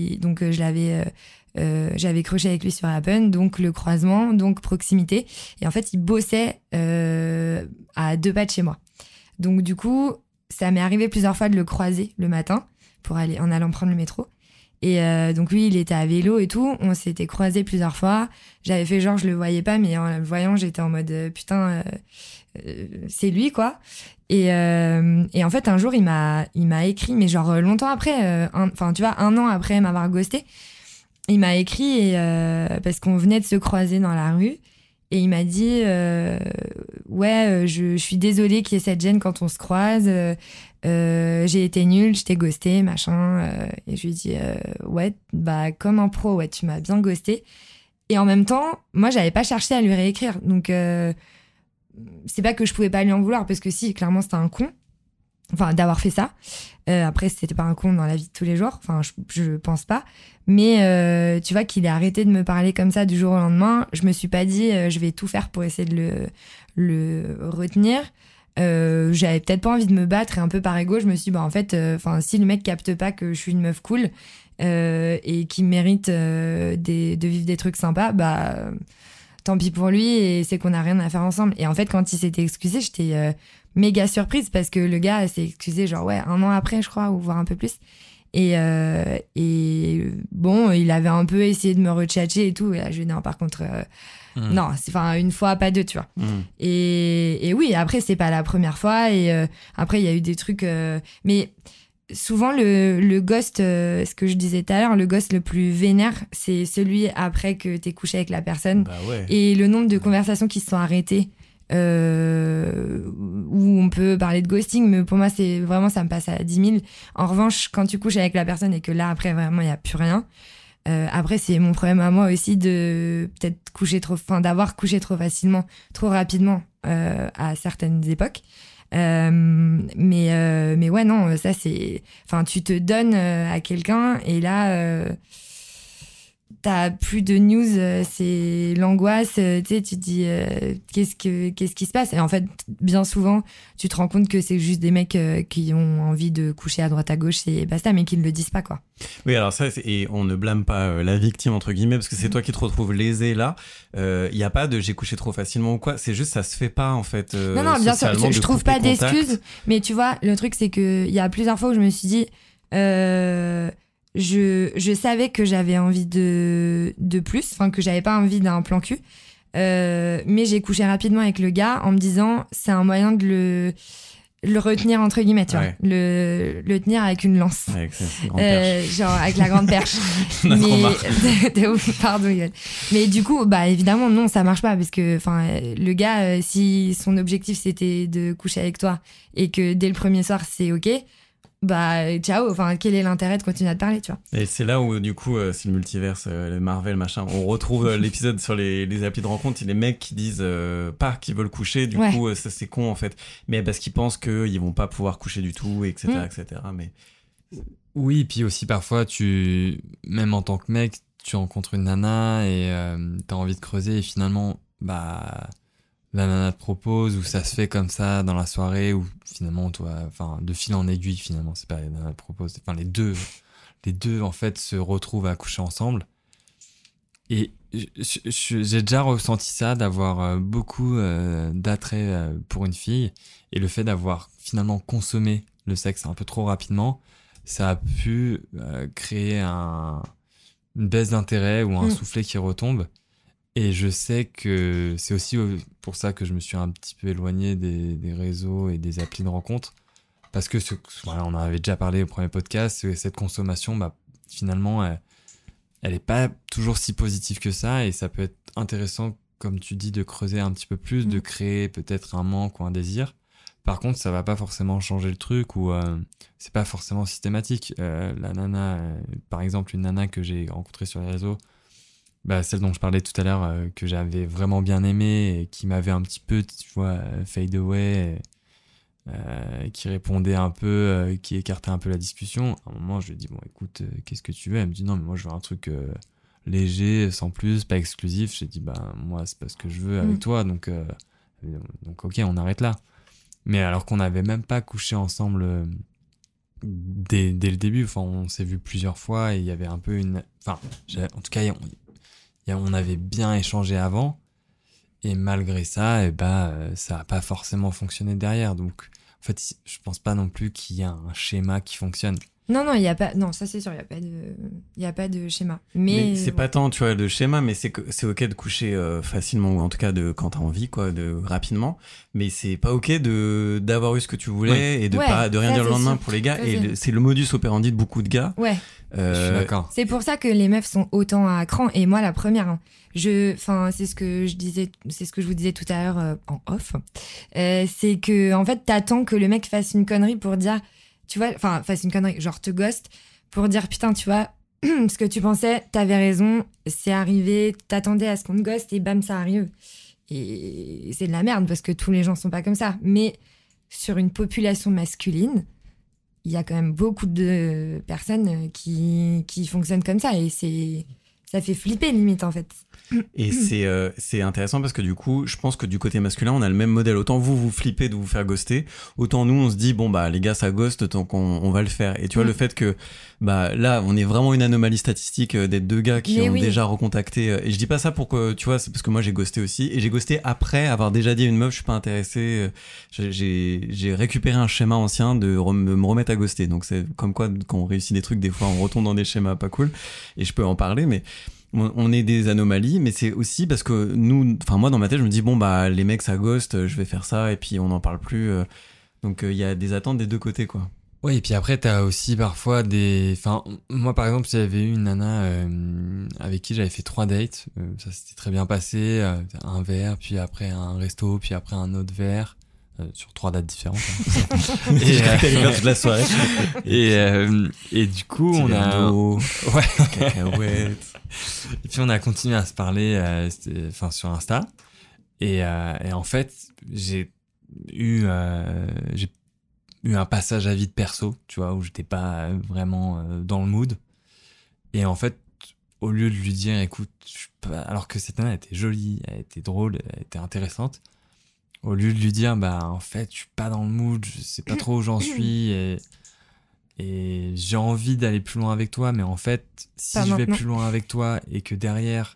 j'avais croché avec lui sur Appen, donc le croisement, donc proximité, et en fait il bossait à 2 pas de chez moi. Donc du coup ça m'est arrivé plusieurs fois de le croiser le matin en allant prendre le métro. Et donc lui il était à vélo et tout, on s'était croisés plusieurs fois. J'avais fait genre je le voyais pas, mais en le voyant j'étais en mode putain c'est lui quoi. Et en fait un jour il m'a écrit, mais genre longtemps après, tu vois, 1 an après m'avoir ghosté, il m'a écrit parce qu'on venait de se croiser dans la rue et il m'a dit je suis désolée qu'il y ait cette gêne quand on se croise, j'ai été nulle, je t'ai ghosté machin, et je lui ai dit comme un pro, ouais, tu m'as bien ghosté. Et en même temps moi j'avais pas cherché à lui réécrire, donc c'est pas que je pouvais pas lui en vouloir, parce que si, clairement c'était un con, enfin d'avoir fait ça. Après c'était pas un con dans la vie de tous les jours, enfin je pense pas, mais tu vois qu'il ait arrêté de me parler comme ça du jour au lendemain. Je me suis pas dit je vais tout faire pour essayer de le retenir. J'avais peut-être pas envie de me battre, et un peu par ego je me suis dit en fait si le mec capte pas que je suis une meuf cool et qui mérite de vivre des trucs sympas, tant pis pour lui, et c'est qu'on n'a rien à faire ensemble. Et en fait, quand il s'était excusé, j'étais méga surprise, parce que le gars s'est excusé genre 1 an après, je crois, ou voire un peu plus. Et bon, il avait un peu essayé de me retchatcher et tout. Et là, je lui ai dit non, par contre, non, c'est une fois, pas 2, tu vois. Et oui, après, c'est pas la première fois. Et après, il y a eu des trucs. Mais souvent, le ghost, ce que je disais tout à l'heure, le ghost le plus vénère, c'est celui après que t'es couché avec la personne. Ouais. Et le nombre de conversations qui se sont arrêtées, où on peut parler de ghosting, mais pour moi, c'est vraiment, ça me passe à 10 000. En revanche, quand tu couches avec la personne et que là, après, vraiment, il n'y a plus rien. Après, c'est mon problème à moi aussi de peut-être d'avoir couché trop facilement, trop rapidement, à certaines époques. Mais ouais, non, ça c'est... Enfin, tu te donnes à quelqu'un et là, t'as plus de news, c'est l'angoisse, tu sais, tu te dis qu'est-ce qui se passe? Et en fait, bien souvent, tu te rends compte que c'est juste des mecs qui ont envie de coucher à droite à gauche et basta, mais qui ne le disent pas, quoi. Oui, alors ça, et on ne blâme pas la victime, entre guillemets, parce que c'est toi qui te retrouves lésé là. Il n'y a pas de j'ai couché trop facilement ou quoi, c'est juste ça se fait pas en fait. Non, bien sûr, je trouve pas d'excuses, mais tu vois, le truc c'est qu'il y a plusieurs fois où je me suis dit, je savais que j'avais envie de plus, enfin que j'avais pas envie d'un plan cul, mais j'ai couché rapidement avec le gars en me disant c'est un moyen de le retenir entre guillemets, tu vois, le tenir avec une lance, avec grande perche. genre avec la grande perche. Mais pardon. Mais du coup, bah évidemment non, ça marche pas parce que enfin le gars, si son objectif c'était de coucher avec toi et que dès le premier soir c'est ok, bah ciao, enfin quel est l'intérêt de continuer à te parler, tu vois. Et c'est là où du coup c'est le multiverse, le Marvel machin, on retrouve l'épisode sur les applis de rencontre, les mecs qui disent pas qu'ils veulent coucher, du coup ça c'est con en fait, mais parce qu'ils pensent qu'ils vont pas pouvoir coucher du tout, etc. Mais oui, puis aussi parfois même en tant que mec tu rencontres une nana et t'as envie de creuser et finalement bah la nana te propose ou ça se fait comme ça dans la soirée ou finalement toi, enfin de fil en aiguille finalement, c'est pas la nana te propose, enfin les deux en fait se retrouvent à coucher ensemble et j'ai déjà ressenti ça, d'avoir beaucoup d'attrait pour une fille et le fait d'avoir finalement consommé le sexe un peu trop rapidement, ça a pu créer une baisse d'intérêt ou un soufflet qui retombe. Et je sais que c'est aussi pour ça que je me suis un petit peu éloigné des réseaux et des applis de rencontre. Parce que, voilà, on en avait déjà parlé au premier podcast, cette consommation, bah, finalement, elle n'est pas toujours si positive que ça. Et ça peut être intéressant, comme tu dis, de creuser un petit peu plus, de créer peut-être un manque ou un désir. Par contre, ça ne va pas forcément changer le truc ou c'est pas forcément systématique. La nana, par exemple, une nana que j'ai rencontrée sur les réseaux, bah, celle dont je parlais tout à l'heure, que j'avais vraiment bien aimée et qui m'avait un petit peu, tu vois, fade away, qui répondait un peu, qui écartait un peu la discussion. À un moment, je lui ai dit, bon, écoute, qu'est-ce que tu veux? Elle me dit, non, mais moi, je veux un truc léger, sans plus, pas exclusif. J'ai dit, bah, moi, c'est pas ce que je veux avec toi, donc ok, on arrête là. Mais alors qu'on n'avait même pas couché ensemble dès le début, enfin, on s'est vu plusieurs fois et il y avait un peu en tout cas, on avait bien échangé avant et malgré ça, ça n'a pas forcément fonctionné derrière. Donc, en fait, je pense pas non plus qu'il y a un schéma qui fonctionne. Non, il y a pas. Non, ça c'est sûr, il y a pas de schéma. Mais c'est pas tant, tu vois, le schéma, mais c'est ok de coucher facilement ou en tout cas quand t'as envie, quoi, rapidement. Mais c'est pas ok d'avoir eu ce que tu voulais et de rien dire le lendemain pour les gars. Et c'est le modus operandi de beaucoup de gars. Ouais. Je suis d'accord. C'est pour ça que les meufs sont autant à cran et moi la première. Hein. C'est ce que je vous disais tout à l'heure en off. C'est que en fait t'attends que le mec fasse une connerie pour dire. Tu vois, enfin, fasse une connerie, genre te ghost, pour dire putain, tu vois, ce que tu pensais, t'avais raison, c'est arrivé, t'attendais à ce qu'on te ghost et bam, ça arrive. Et c'est de la merde parce que tous les gens sont pas comme ça. Mais sur une population masculine, il y a quand même beaucoup de personnes qui fonctionnent comme ça et ça fait flipper limite en fait. Et c'est intéressant parce que du coup, je pense que du côté masculin, on a le même modèle. Autant vous flippez de vous faire ghoster, autant nous, on se dit, bon, bah, les gars, ça ghost, donc on va le faire. Et tu vois, le fait que, bah, là, on est vraiment une anomalie statistique d'être deux gars qui ont déjà recontacté. Et je dis pas ça pour que, tu vois, c'est parce que moi, j'ai ghosté aussi. Et j'ai ghosté après avoir déjà dit à une meuf, je suis pas intéressé. J'ai récupéré un schéma ancien de me remettre à ghoster. Donc, c'est comme quoi, quand on réussit des trucs, des fois, on retombe dans des schémas pas cool. Et je peux en parler, mais on est des anomalies, mais c'est aussi parce que moi dans ma tête je me dis bon bah les mecs ça ghost, je vais faire ça et puis on n'en parle plus, donc il y a des attentes des deux côtés quoi. Oui, et puis après t'as aussi parfois moi par exemple j'avais eu une nana avec qui j'avais fait 3 dates, ça s'était très bien passé, un verre, puis après un resto, puis après un autre verre. Sur 3 dates différentes. Hein. Et toute la soirée. Et du coup, on a cacahuètes. Et puis on a continué à se parler sur Insta. Et en fait, j'ai eu un passage à vide perso, tu vois, où j'étais pas vraiment dans le mood. Et en fait, au lieu de lui dire, écoute, alors que cette nana était jolie, elle était drôle, elle était intéressante, au lieu de lui dire, en fait, je suis pas dans le mood, je sais pas trop où j'en suis, et j'ai envie d'aller plus loin avec toi, mais en fait, si je vais plus loin avec toi et que derrière,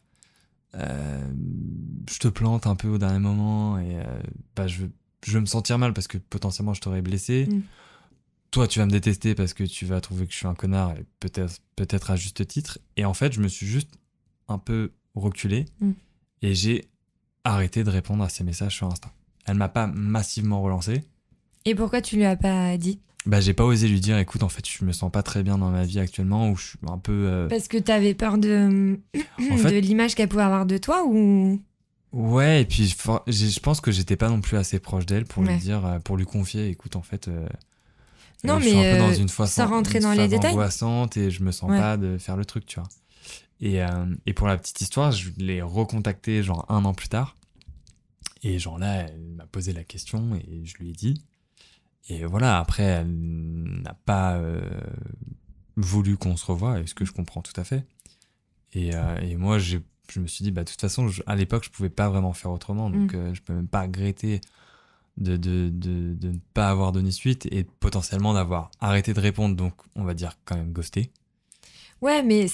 je te plante un peu au dernier moment, et je vais me sentir mal parce que potentiellement je t'aurais blessé. Toi, tu vas me détester parce que tu vas trouver que je suis un connard, et peut-être à juste titre. Et en fait, je me suis juste un peu reculé et j'ai arrêté de répondre à ses messages sur Insta. Elle m'a pas massivement relancé. Et pourquoi tu lui as pas dit ? J'ai pas osé lui dire, écoute, en fait, je me sens pas très bien dans ma vie actuellement, ou je suis un peu... Parce que t'avais peur de l'image qu'elle pouvait avoir de toi, ou... Ouais, et puis je pense que j'étais pas non plus assez proche d'elle pour lui dire, pour lui confier, écoute, en fait... non, je suis un peu dans une phase sans rentrer dans les détails, angoissante, et je me sens pas de faire le truc, tu vois. Et pour la petite histoire, je l'ai recontacté genre 1 an plus tard. Et genre là, elle m'a posé la question et je lui ai dit. Et voilà, après, elle n'a pas voulu qu'on se revoie, et ce que je comprends tout à fait. Et moi, je me suis dit, de toute façon, à l'époque, je pouvais pas vraiment faire autrement. Donc, je peux même pas regretter de ne pas avoir donné suite, et potentiellement d'avoir arrêté de répondre, donc on va dire quand même ghosté. Ouais, mais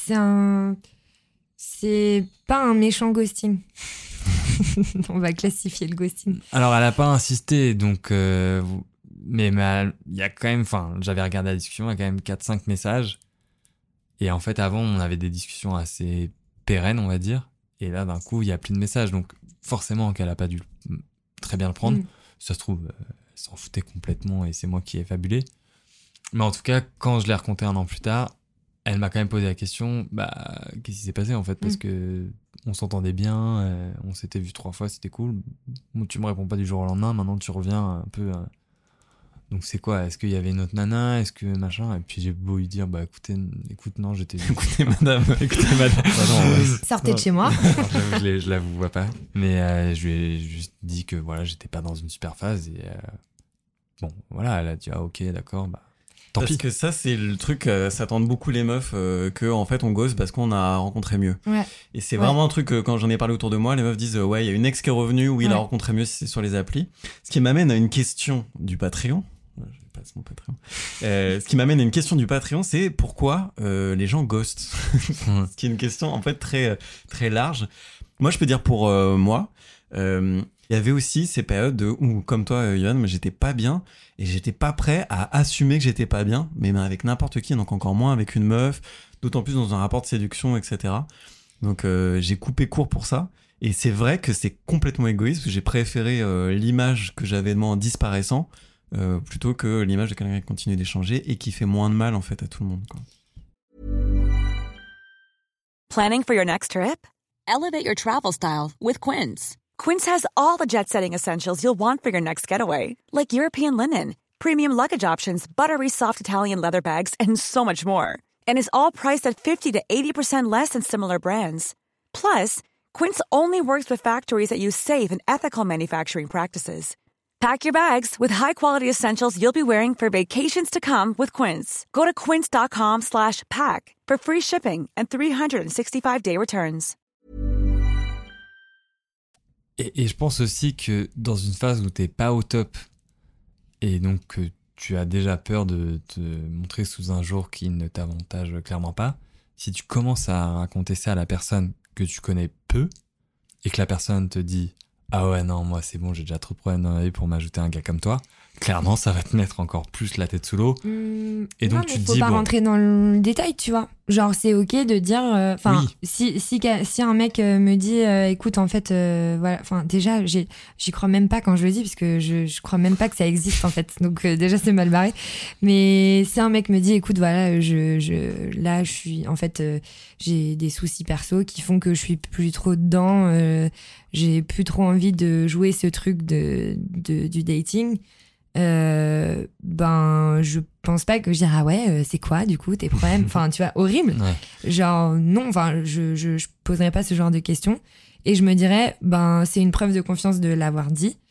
c'est pas un méchant ghosting. On va classifier le ghosting. Alors, elle a pas insisté, donc mais il y a quand même, j'avais regardé la discussion, il y a quand même 4-5 messages, et en fait avant on avait des discussions assez pérennes, on va dire, et là d'un coup il y a plus de messages, donc forcément qu'elle a pas dû très bien le prendre. Ça se trouve, elle s'en foutait complètement et c'est moi qui ai fabulé. Mais en tout cas, quand je l'ai raconté 1 an plus tard, elle m'a quand même posé la question, qu'est-ce qui s'est passé en fait ? Parce que on s'entendait bien, on s'était vu 3 fois, c'était cool. Bon, tu me réponds pas du jour au lendemain, maintenant tu reviens un peu... Donc c'est quoi ? Est-ce qu'il y avait une autre nana ? Est-ce que machin ? Et puis j'ai beau lui dire, écoute, non, j'étais... écoutez madame. Sortez de chez moi. Je la vois pas. Mais je lui ai juste dit que voilà, j'étais pas dans une super phase, et bon, voilà, elle a dit, ok, d'accord, tant parce pis. Que ça, c'est le truc, ça tente beaucoup les meufs, que en fait on gosse parce qu'on a rencontré mieux. Ouais. Et c'est vraiment un truc que quand j'en ai parlé autour de moi, les meufs disent, ouais, il y a une ex qui est revenue, oui, il a rencontré mieux si c'est sur les applis. Ce qui m'amène à une question du Patreon. Je passe mon Patreon. Ce qui m'amène à une question du Patreon, c'est pourquoi les gens ghostent. Ce qui est une question en fait très, très large. Moi, je peux dire pour moi, il y avait aussi ces périodes où, comme toi, Yoann, j'étais pas bien et j'étais pas prêt à assumer que j'étais pas bien, mais avec n'importe qui, donc encore moins avec une meuf, d'autant plus dans un rapport de séduction, etc. Donc j'ai coupé court pour ça. Et c'est vrai que c'est complètement égoïste, parce que j'ai préféré l'image que j'avais de moi en disparaissant, plutôt que l'image de quelqu'un qui continue d'échanger et qui fait moins de mal en fait à tout le monde, quoi. Planning for your next trip? Elevate your travel style with Quince. Quince has all the jet-setting essentials you'll want for your next getaway, like European linen, premium luggage options, buttery soft Italian leather bags, and so much more. And is all priced at 50 to 80% less than similar brands. Plus, Quince only works with factories that use safe and ethical manufacturing practices. Pack your bags with high-quality essentials you'll be wearing for vacations to come with Quince. Go to quince.com/pack for free shipping and 365-day returns. Et je pense aussi que dans une phase où t'es pas au top, et donc que tu as déjà peur de te montrer sous un jour qui ne t'avantage clairement pas, si tu commences à raconter ça à la personne que tu connais peu, et que la personne te dit « Ah ouais, non, moi c'est bon, j'ai déjà trop de problèmes dans ma vie pour m'ajouter un gars comme toi », clairement ça va te mettre encore plus la tête sous l'eau. Et donc tu te dis... faut pas rentrer dans le détail, tu vois. Genre c'est ok de dire... si un mec me dit écoute, en fait, voilà, enfin déjà j'y crois même pas quand je le dis, parce que je crois même pas que ça existe en fait. Donc déjà c'est mal barré. Mais si un mec me dit écoute, voilà, là je suis... En fait, j'ai des soucis perso qui font que je suis plus trop dedans. J'ai plus trop envie de jouer ce truc du dating. Je pense pas que je dirais ah ouais, c'est quoi du coup tes problèmes, enfin tu vois, horrible. Genre non, enfin je poserais pas ce genre de questions, et je me dirais c'est une preuve de confiance de l'avoir dit,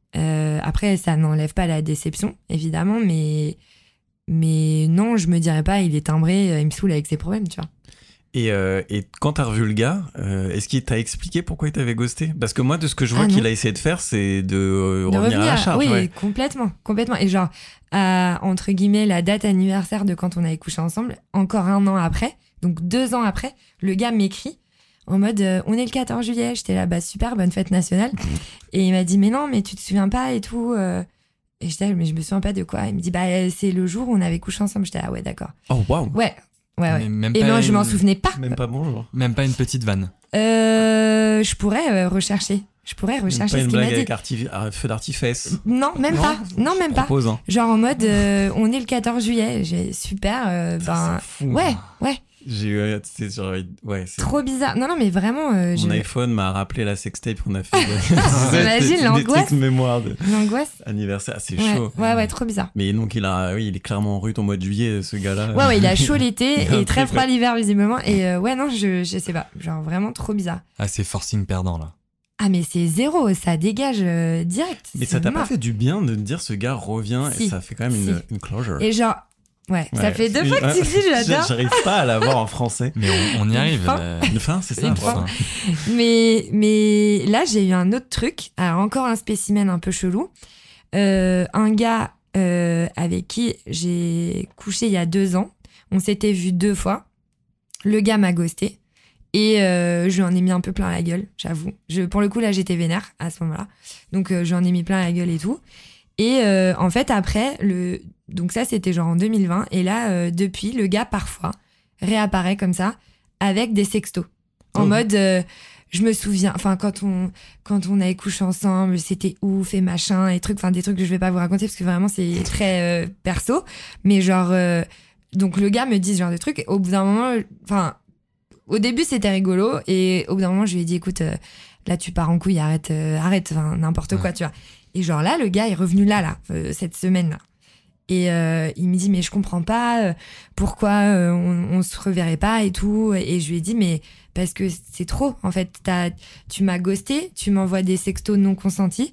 Après, ça n'enlève pas la déception, évidemment, mais non, je me dirais pas, il est timbré, il me saoule avec ses problèmes, tu vois. Et quand t'as revu le gars, est-ce qu'il t'a expliqué pourquoi il t'avait ghosté ? Parce que moi, de ce que je vois qu'il a essayé de faire, c'est de revenir à la charge. Oui, complètement. Et genre, entre guillemets, la date anniversaire de quand on avait couché ensemble, encore 1 an après, donc 2 ans après, le gars m'écrit en mode on est le 14 juillet. J'étais là, bah super, bonne fête nationale. Et il m'a dit, mais non, mais tu te souviens pas et tout. Et j'étais là, mais je me souviens pas de quoi. Il me dit, bah c'est le jour où on avait couché ensemble. J'étais là, ouais, d'accord. Oh, waouh. Ouais. Et moi, je m'en souvenais pas. Même pas bonjour. Même pas une petite vanne. Je pourrais rechercher. Ce qu'il m'a dit. Pas une blague avec feu d'artifice. Non, même pas. Non, même pas. Propose, hein. Genre en mode, on est le 14 juillet. Super. C'est fou. Ouais. J'ai eu, c'est genre, ouais, c'est trop bizarre. Non, mais vraiment. Mon iPhone m'a rappelé la sextape qu'on a fait. Imagine l'angoisse. Des mémoire de l'angoisse. Anniversaire, c'est chaud. Ouais, trop bizarre. Mais donc il est clairement en rut au mois de juillet, ce gars-là. Ouais, il a chaud l'été et très froid l'hiver visiblement. Et ouais, non, je sais pas. Genre vraiment trop bizarre. Ah, c'est forcing perdant là. Ah, mais c'est 0, ça dégage direct. Mais ça t'a pas fait du bien de te dire ce gars revient et ça fait quand même une closure. Et genre. Ouais, ça fait 2 fois que tu le dis, j'adore. J'arrive pas à l'avoir en français. Mais on y arrive. Une fin, c'est ça. Mais là, j'ai eu un autre truc. Alors, encore un spécimen un peu chelou. Un gars avec qui j'ai couché il y a 2 ans. On s'était vu 2 fois. Le gars m'a ghosté. Et je lui en ai mis un peu plein la gueule, j'avoue. Pour le coup, là, j'étais vénère à ce moment-là. Donc, je lui en ai mis plein la gueule et tout. Et en fait, après, donc ça, c'était genre en 2020. Et là, depuis, le gars, parfois, réapparaît comme ça, avec des sextos. En mode, je me souviens, enfin, quand on avait couché ensemble, c'était ouf et machin, et trucs, enfin, des trucs que je vais pas vous raconter, parce que vraiment, c'est très perso. Mais genre, donc le gars me dit ce genre de trucs. Et au bout d'un moment, enfin, au début, c'était rigolo. Et au bout d'un moment, je lui ai dit, écoute, là, tu pars en couille, arrête, enfin, n'importe quoi, tu vois. Et genre là, le gars est revenu là, cette semaine-là. Et il me dit, mais je comprends pas pourquoi on se reverrait pas et tout. Et je lui ai dit, mais parce que c'est trop, en fait. Tu m'as ghosté, tu m'envoies des sextos non consentis.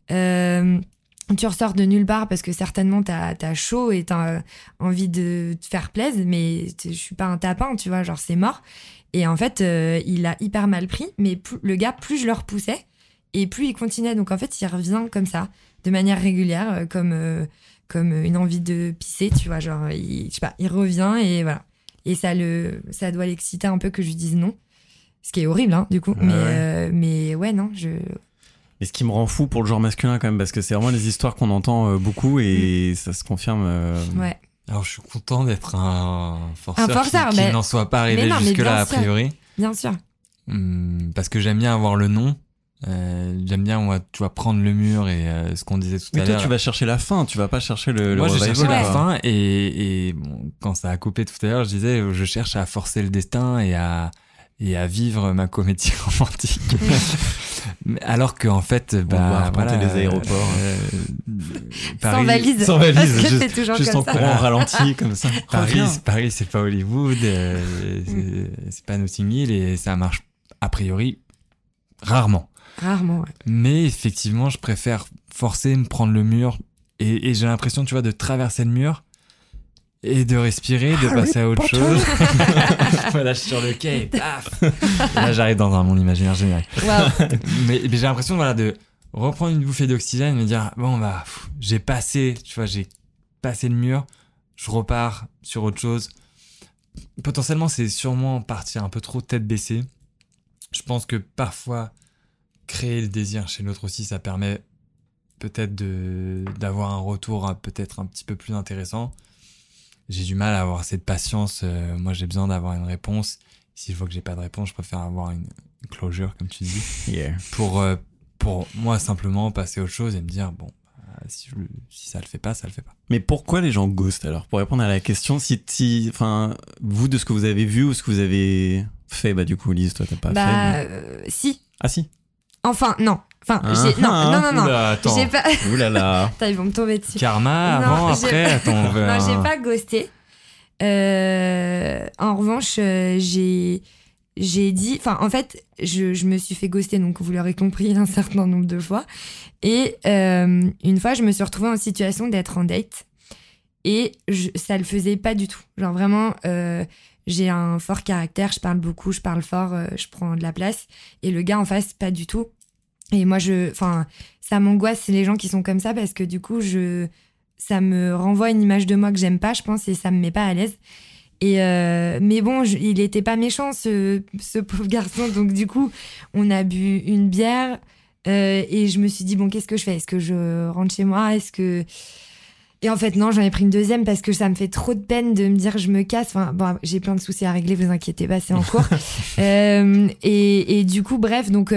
Tu ressors de nulle part parce que certainement t'as chaud et t'as envie de te faire plaisir, mais je suis pas un tapin, tu vois, genre c'est mort. Et en fait, il a hyper mal pris, mais le gars, plus je le repoussais, et plus il continuait. Donc en fait, il revient comme ça, de manière régulière, comme une envie de pisser, tu vois. Genre, je sais pas, il revient et voilà. Et ça doit l'exciter un peu que je lui dise non. Ce qui est horrible, hein, du coup. Mais ouais, non, Et ce qui me rend fou pour le genre masculin quand même, parce que c'est vraiment des histoires qu'on entend beaucoup et ça se confirme. Ouais. Alors je suis content d'être un forceur qui n'en soit pas arrivé jusque-là a priori. Bien sûr. Parce que j'aime bien avoir le nom. J'aime bien, tu vas prendre le mur et ce qu'on disait tout à l'heure. Mais toi, tu vas chercher la fin, tu vas pas chercher le Moi, revival. Moi, j'ai cherché la fin et bon, quand ça a coupé tout à l'heure, je disais, je cherche à forcer le destin et à vivre ma comédie romantique. Alors qu'en fait, on va arpenter les aéroports. Paris, sans valise. Parce que c'est toujours juste comme en ça. courant ralenti comme ça. Paris, c'est pas Hollywood, c'est pas Notting Hill et ça marche a priori rarement. Rarement, ouais. Mais effectivement, je préfère forcer, me prendre le mur et j'ai l'impression, tu vois, de traverser le mur et de respirer, de passer à autre chose. Voilà, je suis sur le quai et paf. Là, j'arrive dans un monde imaginaire génial. Wow. Mais j'ai l'impression, voilà, de reprendre une bouffée d'oxygène et me dire, bon, bah, j'ai passé le mur, je repars sur autre chose. Potentiellement, c'est sûrement partir un peu trop tête baissée. Je pense que parfois, créer le désir chez l'autre aussi, ça permet peut-être d'avoir un retour peut-être un petit peu plus intéressant. J'ai du mal à avoir cette patience. Moi, j'ai besoin d'avoir une réponse. Si je vois que j'ai pas de réponse, je préfère avoir une closure, comme tu dis. Yeah. Pour moi, simplement passer à autre chose et me dire, bon, si ça le fait pas, ça le fait pas. Mais pourquoi les gens ghostent alors? Pour répondre à la question, vous, de ce que vous avez vu ou ce que vous avez fait, bah du coup, Lise, toi, t'as pas fait. Si. Ah si. Enfin, non. Enfin, non. Oula, attends. J'ai pas... Ouh là là. Attends, ils vont me tomber dessus. Karma, avant, après, attends, on veut... Non, j'ai pas ghosté. En revanche, j'ai j'ai dit, enfin en fait je me suis fait ghoster, donc vous l'aurez compris un certain nombre de fois, et une fois je me suis retrouvée en situation d'être en date et ça le faisait pas du tout, genre vraiment j'ai un fort caractère, je parle beaucoup, je parle fort, je prends de la place, et le gars en face pas du tout, et moi ça m'angoisse, c'est les gens qui sont comme ça, parce que du coup ça me renvoie une image de moi que j'aime pas, je pense, et ça me met pas à l'aise. Et mais bon, il était pas méchant ce pauvre garçon, donc du coup on a bu une bière et je me suis dit bon, qu'est-ce que je fais, est-ce que je rentre chez moi, et en fait non, j'en ai pris une deuxième parce que ça me fait trop de peine de me dire je me casse, enfin bon, j'ai plein de soucis à régler, vous inquiétez pas, c'est en cours. Et du coup bref, donc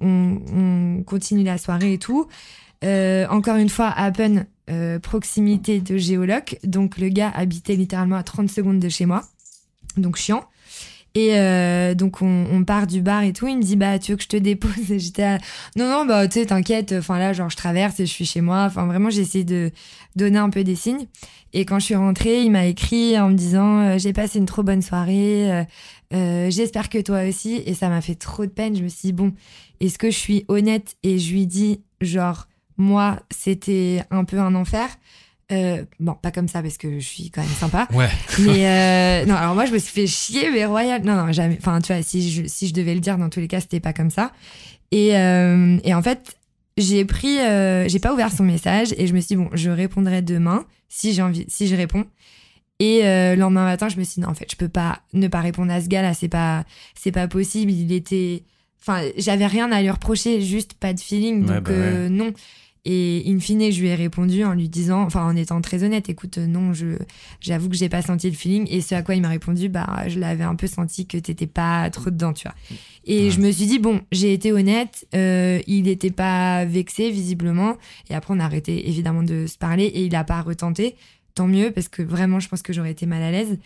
on continue la soirée et tout, encore une fois happen, proximité de géoloc, donc le gars habitait littéralement à 30 secondes de chez moi, donc chiant. Et donc on part du bar et tout, il me dit bah tu veux que je te dépose, et j'étais non bah tu sais t'inquiète, enfin là genre je traverse et je suis chez moi, enfin vraiment j'ai essayé de donner un peu des signes. Et quand je suis rentrée, il m'a écrit en me disant j'ai passé une trop bonne soirée, j'espère que toi aussi, et ça m'a fait trop de peine. Je me suis dit bon, est-ce que je suis honnête et je lui dis genre moi, c'était un peu un enfer. Bon, pas comme ça, parce que je suis quand même sympa. Ouais. Mais non, alors moi, je me suis fait chier, mais royal. Non, jamais. Enfin, tu vois, si je devais le dire, dans tous les cas, c'était pas comme ça. Et en fait, j'ai pas ouvert son message, et je me suis dit, bon, je répondrai demain, si j'ai envie, si je réponds. Et le lendemain matin, je me suis dit, non, en fait, je peux pas ne pas répondre à ce gars-là, c'est pas possible. Enfin, j'avais rien à lui reprocher, juste pas de feeling, donc non. Et in fine, je lui ai répondu en lui disant, enfin en étant très honnête, écoute, non, j'avoue que j'ai pas senti le feeling. Et ce à quoi il m'a répondu, bah je l'avais un peu senti que t'étais pas trop dedans, tu vois. Et je me suis dit, bon, j'ai été honnête, il était pas vexé visiblement. Et après on a arrêté évidemment de se parler, et il a pas retenté, tant mieux, parce que vraiment je pense que j'aurais été mal à l'aise.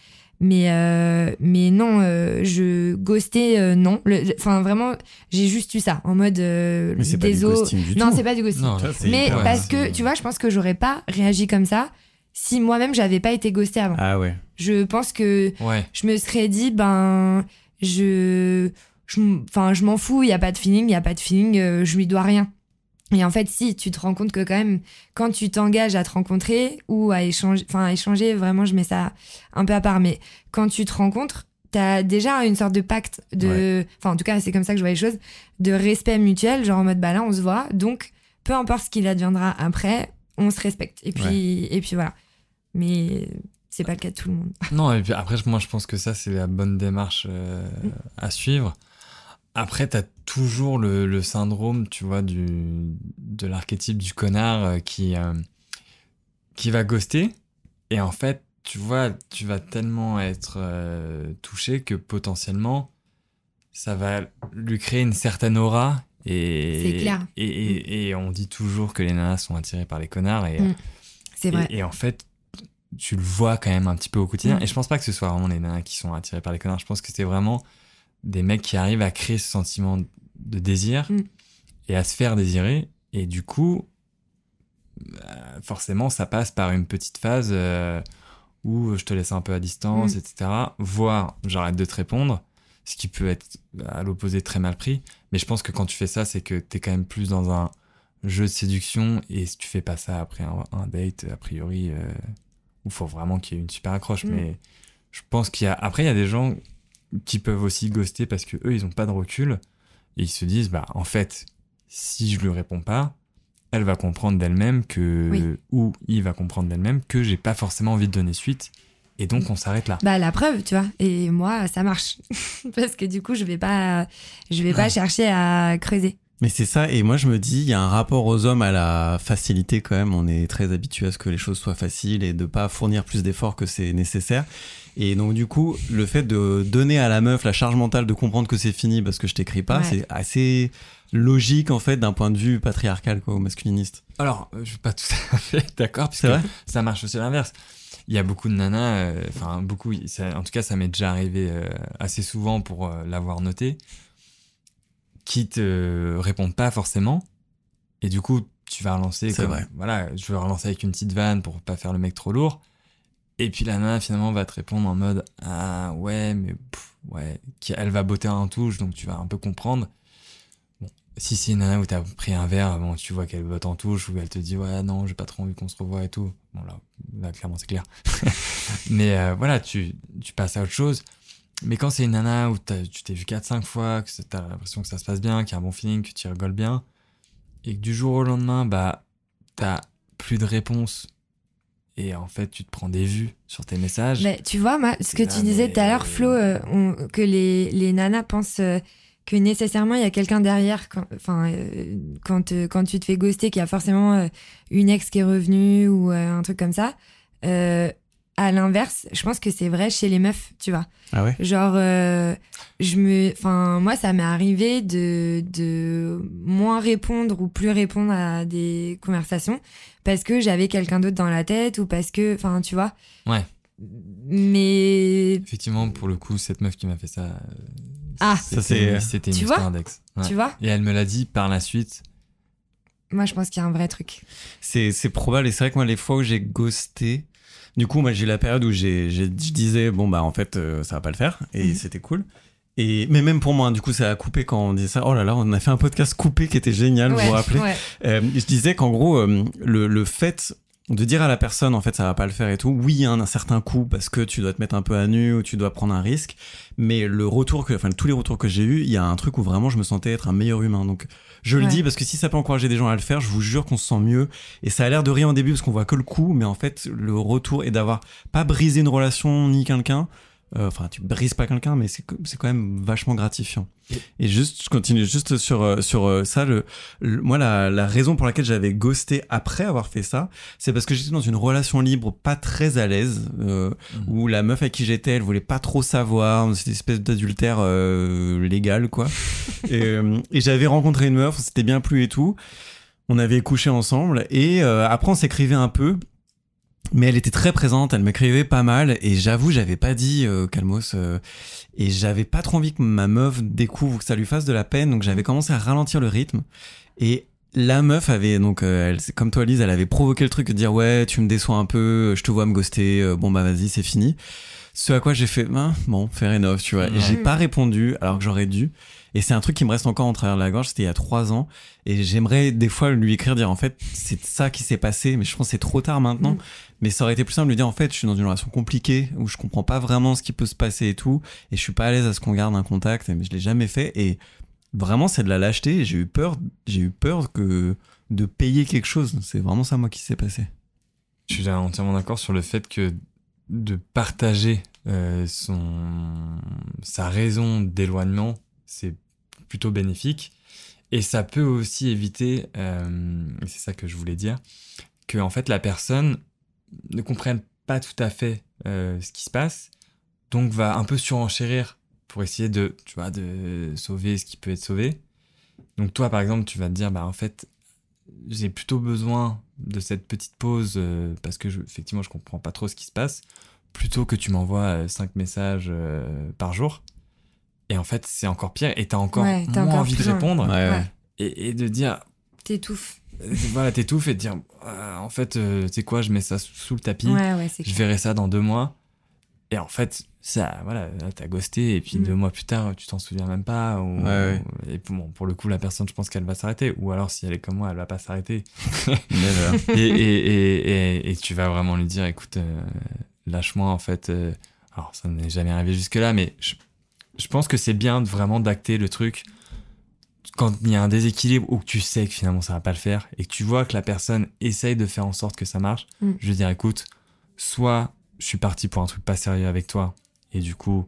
Mais non, je ghostais, non. Enfin, vraiment, j'ai juste eu ça, en mode mais c'est pas du ghosting du tout. Non, c'est pas du ghosting. Non, mais parce que, tu vois, je pense que j'aurais pas réagi comme ça si moi-même j'avais pas été ghostée avant. Ah ouais. Je pense que je me serais dit, ben, je m'en fous, il y a pas de feeling, je lui dois rien. Et en fait, si, tu te rends compte que quand même, quand tu t'engages à te rencontrer ou à échanger, vraiment, je mets ça un peu à part, mais quand tu te rencontres, t'as déjà une sorte de pacte enfin, en tout cas, c'est comme ça que je vois les choses, de respect mutuel, genre en mode, bah là, on se voit, donc, peu importe ce qu'il adviendra après, on se respecte. Et puis voilà. Mais c'est pas le cas de tout le monde. Non, et puis après, moi, je pense que ça, c'est la bonne démarche à suivre. Après, t'as toujours le syndrome, tu vois, de l'archétype du connard qui va ghoster. Et en fait, tu vois, tu vas tellement être touché que potentiellement, ça va lui créer une certaine aura. C'est clair. Et on dit toujours que les nanas sont attirées par les connards. C'est vrai. Et en fait, tu le vois quand même un petit peu au quotidien. Et je pense pas que ce soit vraiment les nanas qui sont attirées par les connards. Je pense que c'est vraiment des mecs qui arrivent à créer ce sentiment de désir et à se faire désirer. Et du coup, forcément, ça passe par une petite phase où je te laisse un peu à distance, etc. Voire j'arrête de te répondre, ce qui peut être à l'opposé très mal pris. Mais je pense que quand tu fais ça, c'est que t'es quand même plus dans un jeu de séduction, et si tu fais pas ça après un date, a priori, où il faut vraiment qu'il y ait une super accroche. Mais je pense après, il y a des gens qui peuvent aussi ghoster parce que eux, ils ont pas de recul, et ils se disent, bah, en fait, si je lui réponds pas, elle va comprendre d'elle-même ou il va comprendre d'elle-même que j'ai pas forcément envie de donner suite, et donc on s'arrête là. Bah, la preuve, tu vois. Et moi, ça marche. Parce que du coup, je vais pas chercher à creuser. Mais c'est ça, et moi je me dis, il y a un rapport aux hommes à la facilité quand même. On est très habitué à ce que les choses soient faciles et de pas fournir plus d'efforts que c'est nécessaire. Et donc du coup, le fait de donner à la meuf la charge mentale de comprendre que c'est fini parce que je t'écris pas, c'est assez logique en fait d'un point de vue patriarcal, quoi, ou masculiniste. Alors, je suis pas tout à fait d'accord, puisque ça marche aussi à l'inverse. Il y a beaucoup de nanas, en tout cas ça m'est déjà arrivé assez souvent pour l'avoir noté, qui te répondent pas forcément, et du coup tu vas relancer je vais relancer avec une petite vanne pour pas faire le mec trop lourd, et puis la nana finalement va te répondre en mode ah ouais mais elle va botter en touche, donc tu vas un peu comprendre. Bon, si c'est une nana où t'as pris un verre, bon, tu vois qu'elle botte en touche, ou elle te dit ouais non, j'ai pas trop envie qu'on se revoie et tout. Bon là clairement c'est clair. Mais voilà, tu passes à autre chose. Mais quand c'est une nana où tu t'es vu 4-5 fois, que t'as l'impression que ça se passe bien, qu'il y a un bon feeling, que tu rigoles bien, et que du jour au lendemain, t'as plus de réponses, et en fait, tu te prends des vues sur tes messages. Mais tu vois, moi, ce que tu disais tout à l'heure, Flo, que les nanas pensent que nécessairement il y a quelqu'un derrière quand tu te fais ghoster, qu'il y a forcément une ex qui est revenue ou un truc comme ça. À l'inverse, je pense que c'est vrai chez les meufs, tu vois. Ah ouais. Genre, moi, ça m'est arrivé de moins répondre ou plus répondre à des conversations parce que j'avais quelqu'un d'autre dans la tête ou parce que, tu vois. Ouais. Mais effectivement, pour le coup, cette meuf qui m'a fait ça, c'était une histoire d'ex. Ouais. Tu vois. Et elle me l'a dit par la suite. Moi, je pense qu'il y a un vrai truc. C'est probable, et c'est vrai que moi, les fois où j'ai ghosté, du coup, moi, j'ai eu la période où je disais, en fait, ça va pas le faire, et c'était cool. Mais même pour moi, du coup, ça a coupé quand on disait ça. Oh là là, on a fait un podcast coupé qui était génial, vous vous rappelez. Je disais qu'en gros, le fait de dire à la personne, en fait, ça va pas le faire et tout, oui, il y a un certain coup parce que tu dois te mettre un peu à nu ou tu dois prendre un risque, mais tous les retours que j'ai eus, il y a un truc où vraiment je me sentais être un meilleur humain. Donc, je le dis parce que si ça peut encourager des gens à le faire, je vous jure qu'on se sent mieux. Et ça a l'air de rien au début parce qu'on voit que le coup, mais en fait, le retour est d'avoir pas brisé une relation ni quelqu'un. Tu brises pas quelqu'un, mais c'est quand même vachement gratifiant. Et juste, je continue juste sur ça. Moi, la raison pour laquelle j'avais ghosté après avoir fait ça, c'est parce que j'étais dans une relation libre pas très à l'aise, où la meuf avec qui j'étais, elle voulait pas trop savoir, c'était une espèce d'adultère légal, quoi. Et j'avais rencontré une meuf, on s'était bien plu et tout. On avait couché ensemble, et après on s'écrivait un peu. Mais elle était très présente, elle m'écrivait pas mal, et j'avoue, j'avais pas dit calmos, et j'avais pas trop envie que ma meuf découvre, que ça lui fasse de la peine, donc j'avais commencé à ralentir le rythme. Et la meuf avait, donc, comme toi Lise, elle avait provoqué le truc de dire ouais, tu me déçois un peu, je te vois me ghoster, vas-y, c'est fini. Ce à quoi j'ai fait, fair enough, tu vois. Et j'ai pas répondu, alors que j'aurais dû. Et c'est un truc qui me reste encore en travers de la gorge, c'était il y a 3 ans. Et j'aimerais des fois lui écrire, dire en fait, c'est ça qui s'est passé, mais je pense que c'est trop tard maintenant. Mais ça aurait été plus simple de lui dire en fait, je suis dans une relation compliquée, où je comprends pas vraiment ce qui peut se passer et tout. Et je suis pas à l'aise à ce qu'on garde un contact, mais je l'ai jamais fait. Et vraiment, c'est de la lâcheté. Et j'ai eu peur de payer quelque chose. C'est vraiment ça, moi, qui s'est passé. Je suis entièrement d'accord sur le fait que de partager sa raison d'éloignement, c'est plutôt bénéfique, et ça peut aussi éviter, et c'est ça que je voulais dire, que en fait la personne ne comprenne pas tout à fait ce qui se passe, donc va un peu surenchérir pour essayer de sauver ce qui peut être sauvé. Donc toi par exemple tu vas te dire en fait j'ai plutôt besoin de cette petite pause parce que effectivement je comprends pas trop ce qui se passe, plutôt que tu m'envoies 5 messages par jour. Et en fait, c'est encore pire. Et t'as encore moins envie de répondre. Et de dire... T'étouffes. Voilà, t'étouffes et de dire... en fait, tu sais quoi, je mets ça sous le tapis. Je verrai ça dans 2 mois. Et en fait, ça, voilà, t'as ghosté. Et puis 2 mois plus tard, tu t'en souviens même pas. Et pour le coup, la personne, je pense qu'elle va s'arrêter. Ou alors, si elle est comme moi, elle va pas s'arrêter. et tu vas vraiment lui dire, écoute... lâche-moi en fait. Alors ça n'est jamais arrivé jusque là, mais je pense que c'est bien vraiment d'acter le truc quand il y a un déséquilibre ou que tu sais que finalement ça va pas le faire et que tu vois que la personne essaye de faire en sorte que ça marche. Je veux dire écoute, soit je suis parti pour un truc pas sérieux avec toi et du coup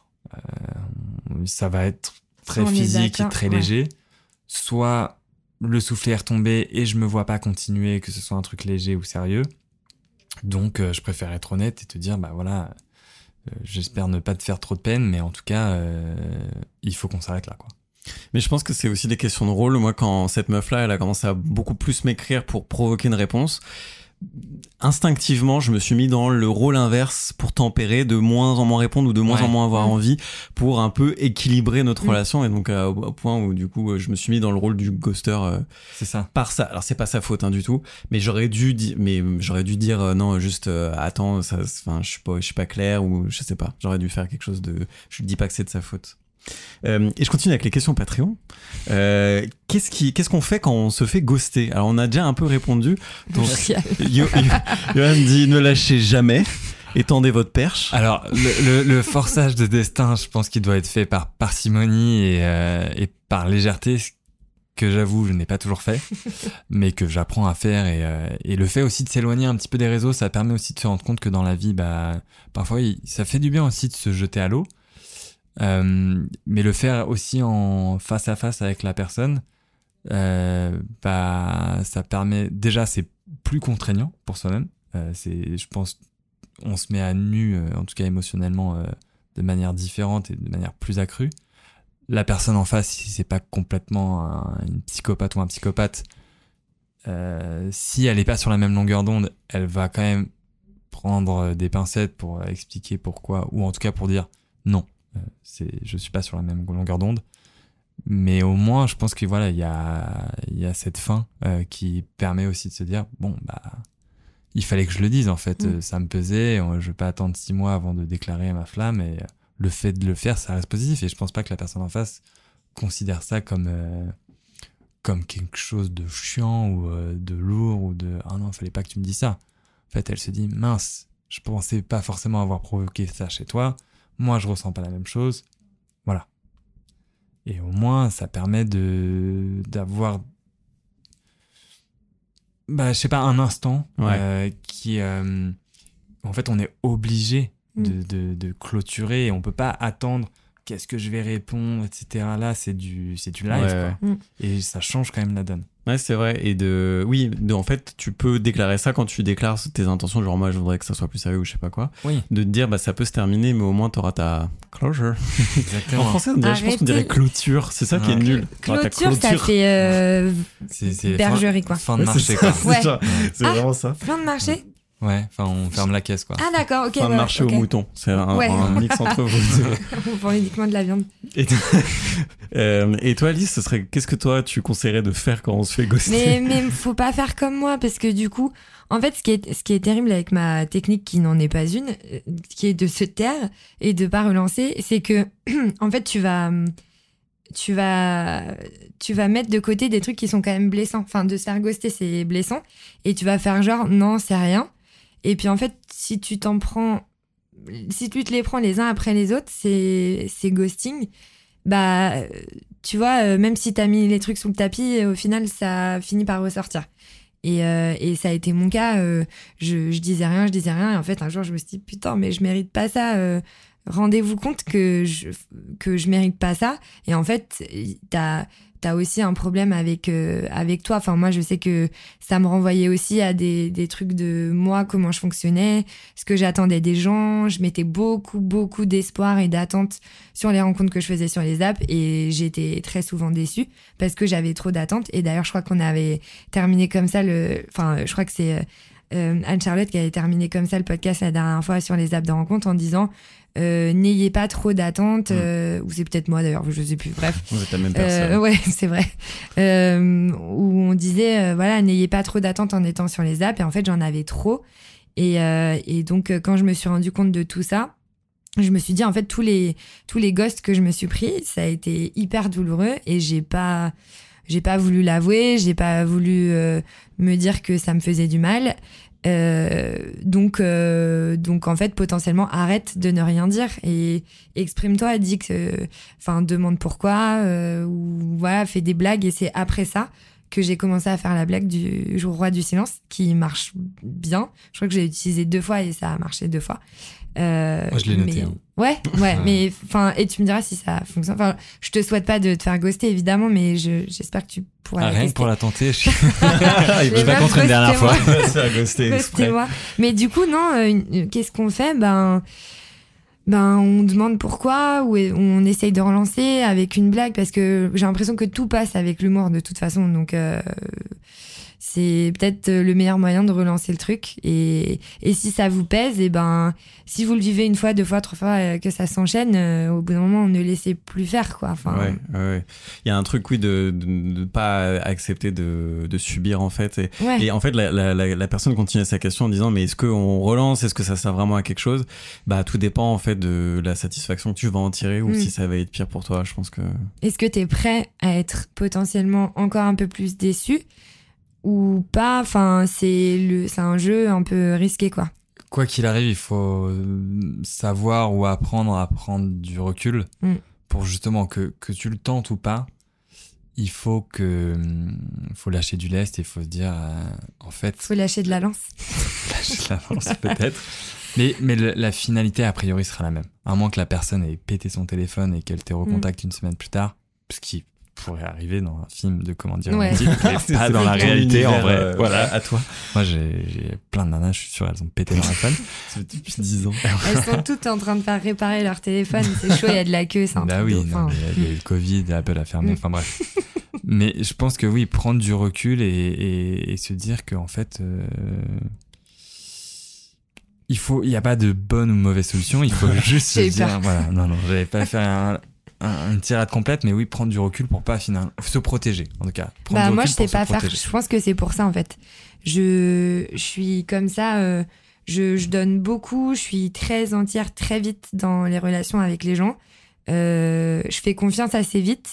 ça va être très physique et très léger, soit le soufflet est retombé et je me vois pas continuer, que ce soit un truc léger ou sérieux. Donc, je préfère être honnête et te dire, j'espère ne pas te faire trop de peine, mais en tout cas, il faut qu'on s'arrête là, quoi. Mais je pense que c'est aussi des questions de rôle. Moi, quand cette meuf-là, elle a commencé à beaucoup plus m'écrire pour provoquer une réponse, instinctivement, je me suis mis dans le rôle inverse pour tempérer, de moins en moins répondre ou de moins en moins avoir envie, pour un peu équilibrer notre relation. Et donc au point où du coup je me suis mis dans le rôle du ghoster. C'est ça. Par ça. Alors c'est pas sa faute du tout, mais j'aurais dû dire non, juste attends, ça, enfin je suis pas clair, ou je sais pas. J'aurais dû faire quelque chose de. Je dis pas que c'est de sa faute. Et je continue avec les questions Patreon. Qu'est-ce qu'on fait quand on se fait ghoster? Alors on a déjà un peu répondu. Donc, Johan dit ne lâchez jamais, étendez votre perche. Alors le forçage de destin, je pense qu'il doit être fait par parcimonie et par légèreté, que j'avoue je n'ai pas toujours fait, mais que j'apprends à faire, et le fait aussi de s'éloigner un petit peu des réseaux, ça permet aussi de se rendre compte que dans la vie, parfois ça fait du bien aussi de se jeter à l'eau. Mais le faire aussi en face à face avec la personne, ça permet, déjà c'est plus contraignant pour soi-même, je pense on se met à nu, en tout cas émotionnellement, de manière différente et de manière plus accrue. La personne en face, si c'est pas complètement une psychopathe ou un psychopathe, si elle est pas sur la même longueur d'onde, elle va quand même prendre des pincettes pour expliquer pourquoi, ou en tout cas pour dire non, je suis pas sur la même longueur d'onde. Mais au moins je pense que voilà, il y a cette fin qui permet aussi de se dire bon il fallait que je le dise en fait, ça me pesait, je vais pas attendre 6 mois avant de déclarer ma flamme, et le fait de le faire, ça reste positif, et je pense pas que la personne en face considère ça comme quelque chose de chiant ou de lourd, ou de ah non, fallait pas que tu me dises ça. En fait, elle se dit mince, je pensais pas forcément avoir provoqué ça chez toi, moi je ressens pas la même chose, voilà. Et au moins ça permet d'avoir je sais pas, un instant qui en fait on est obligé de clôturer, et on peut pas attendre qu'est-ce que je vais répondre, etc. Là c'est du live quoi. Et ça change quand même la donne. Ouais, c'est vrai. Et en fait, tu peux déclarer ça quand tu déclares tes intentions, genre moi je voudrais que ça soit plus sérieux ou je sais pas quoi. Oui. De te dire ça peut se terminer, mais au moins t'auras ta closure. Exactement. En français, je pense qu'on dirait clôture, c'est ça qui est nul. Clôture, ça fait c'est bergerie quoi. Fin de marché quoi. C'est vraiment ça. Fin de marché. Ouais, enfin on ferme la caisse quoi. Ah d'accord, ok. Fin de marché au mouton, c'est un mix entre vous deux. On vend uniquement de la viande. Et toi Alice, qu'est-ce que toi tu conseillerais de faire quand on se fait ghoster? Mais faut pas faire comme moi, parce que du coup, en fait, ce qui est terrible avec ma technique, qui n'en est pas une, qui est de se taire et de pas relancer, c'est que en fait tu vas mettre de côté des trucs qui sont quand même blessants. Enfin, de se faire ghoster, c'est blessant, et tu vas faire genre non, c'est rien. Et puis en fait, si tu te les prends les uns après les autres, c'est ghosting. Tu vois, même si t'as mis les trucs sous le tapis, au final, ça finit par ressortir. Et ça a été mon cas. Je disais rien. Et en fait, un jour, je me suis dit, putain, mais je mérite pas ça. Rendez-vous compte que je mérite pas ça. Et en fait, t'as aussi un problème avec toi. Enfin, moi, je sais que ça me renvoyait aussi à des trucs de moi, comment je fonctionnais, ce que j'attendais des gens. Je mettais beaucoup, beaucoup d'espoir et d'attentes sur les rencontres que je faisais sur les apps, et j'étais très souvent déçue parce que j'avais trop d'attentes. Et d'ailleurs, je crois qu'on avait terminé comme ça je crois que c'est Anne-Charlotte qui avait terminé comme ça le podcast la dernière fois sur les apps de rencontre, en disant n'ayez pas trop d'attentes, ou c'est peut-être moi d'ailleurs, je sais plus, bref. Vous êtes la même personne. Ouais, c'est vrai. Où on disait n'ayez pas trop d'attentes en étant sur les apps, et en fait j'en avais trop, et donc quand je me suis rendu compte de tout ça, je me suis dit en fait tous les ghosts que je me suis pris, ça a été hyper douloureux, et j'ai pas voulu l'avouer, j'ai pas voulu me dire que ça me faisait du mal. Donc en fait potentiellement arrête de ne rien dire et exprime-toi, demande pourquoi, ou voilà, fais des blagues. Et c'est après ça que j'ai commencé à faire la blague du jour roi du silence, qui marche bien. Je crois que j'ai utilisé 2 fois et ça a marché 2 fois. Moi je l'ai noté. Ouais, mais enfin, et tu me diras si ça fonctionne. Enfin, je te souhaite pas de te faire ghoster évidemment, mais j'espère que tu pourras. Rien que pour la tenter. Je vais pas contre une dernière fois. Ghostez-moi. Mais du coup non, qu'est-ce qu'on fait? On demande pourquoi, ou on essaye de relancer avec une blague, parce que j'ai l'impression que tout passe avec l'humour de toute façon. Donc c'est peut-être le meilleur moyen de relancer le truc. Et si ça vous pèse, si vous le vivez une fois, 2 fois, 3 fois, que ça s'enchaîne, au bout d'un moment, ne laissez plus faire, quoi. Enfin, ouais. Il y a un truc, oui, de ne pas accepter de subir, en fait. Et en fait, la personne continue sa question en disant, mais est-ce qu'on relance? Est-ce que ça sert vraiment à quelque chose? Tout dépend, en fait, de la satisfaction que tu vas en tirer ou si ça va être pire pour toi, je pense que... Est-ce que t'es prêt à être potentiellement encore un peu plus déçu ou pas? Enfin, c'est un jeu un peu risqué, quoi. Quoi qu'il arrive, il faut savoir ou apprendre à prendre du recul pour justement que tu le tentes ou pas. Il faut lâcher du lest et il faut se dire, en fait... Faut lâcher de la lance. Lâcher de la lance, peut-être. Mais la finalité, a priori, sera la même. À moins que la personne ait pété son téléphone et qu'elle te recontacte une semaine plus tard, ce qui pourrait arriver dans un film de comédie romantique, mais pas dans la réalité, en vrai. Voilà, à toi. Moi, j'ai plein de nanas, je suis sûr, elles ont pété leur iPhone. Depuis 10 ans. Elles sont toutes en train de faire réparer leur téléphone. C'est chaud, il y a de la queue, c'est un truc de ouf. Il y a eu le Covid, Apple a fermé, enfin bref. Mais je pense que oui, prendre du recul et se dire qu'en fait... il n'y a pas de bonne ou mauvaise solution, il faut juste se dire, voilà, non, j'allais pas faire une tirade complète, mais oui, prendre du recul pour pas se protéger, en tout cas. Moi, je sais pas faire, je pense que c'est pour ça, en fait. Je suis comme ça, je donne beaucoup, je suis très entière, très vite dans les relations avec les gens. Je fais confiance assez vite.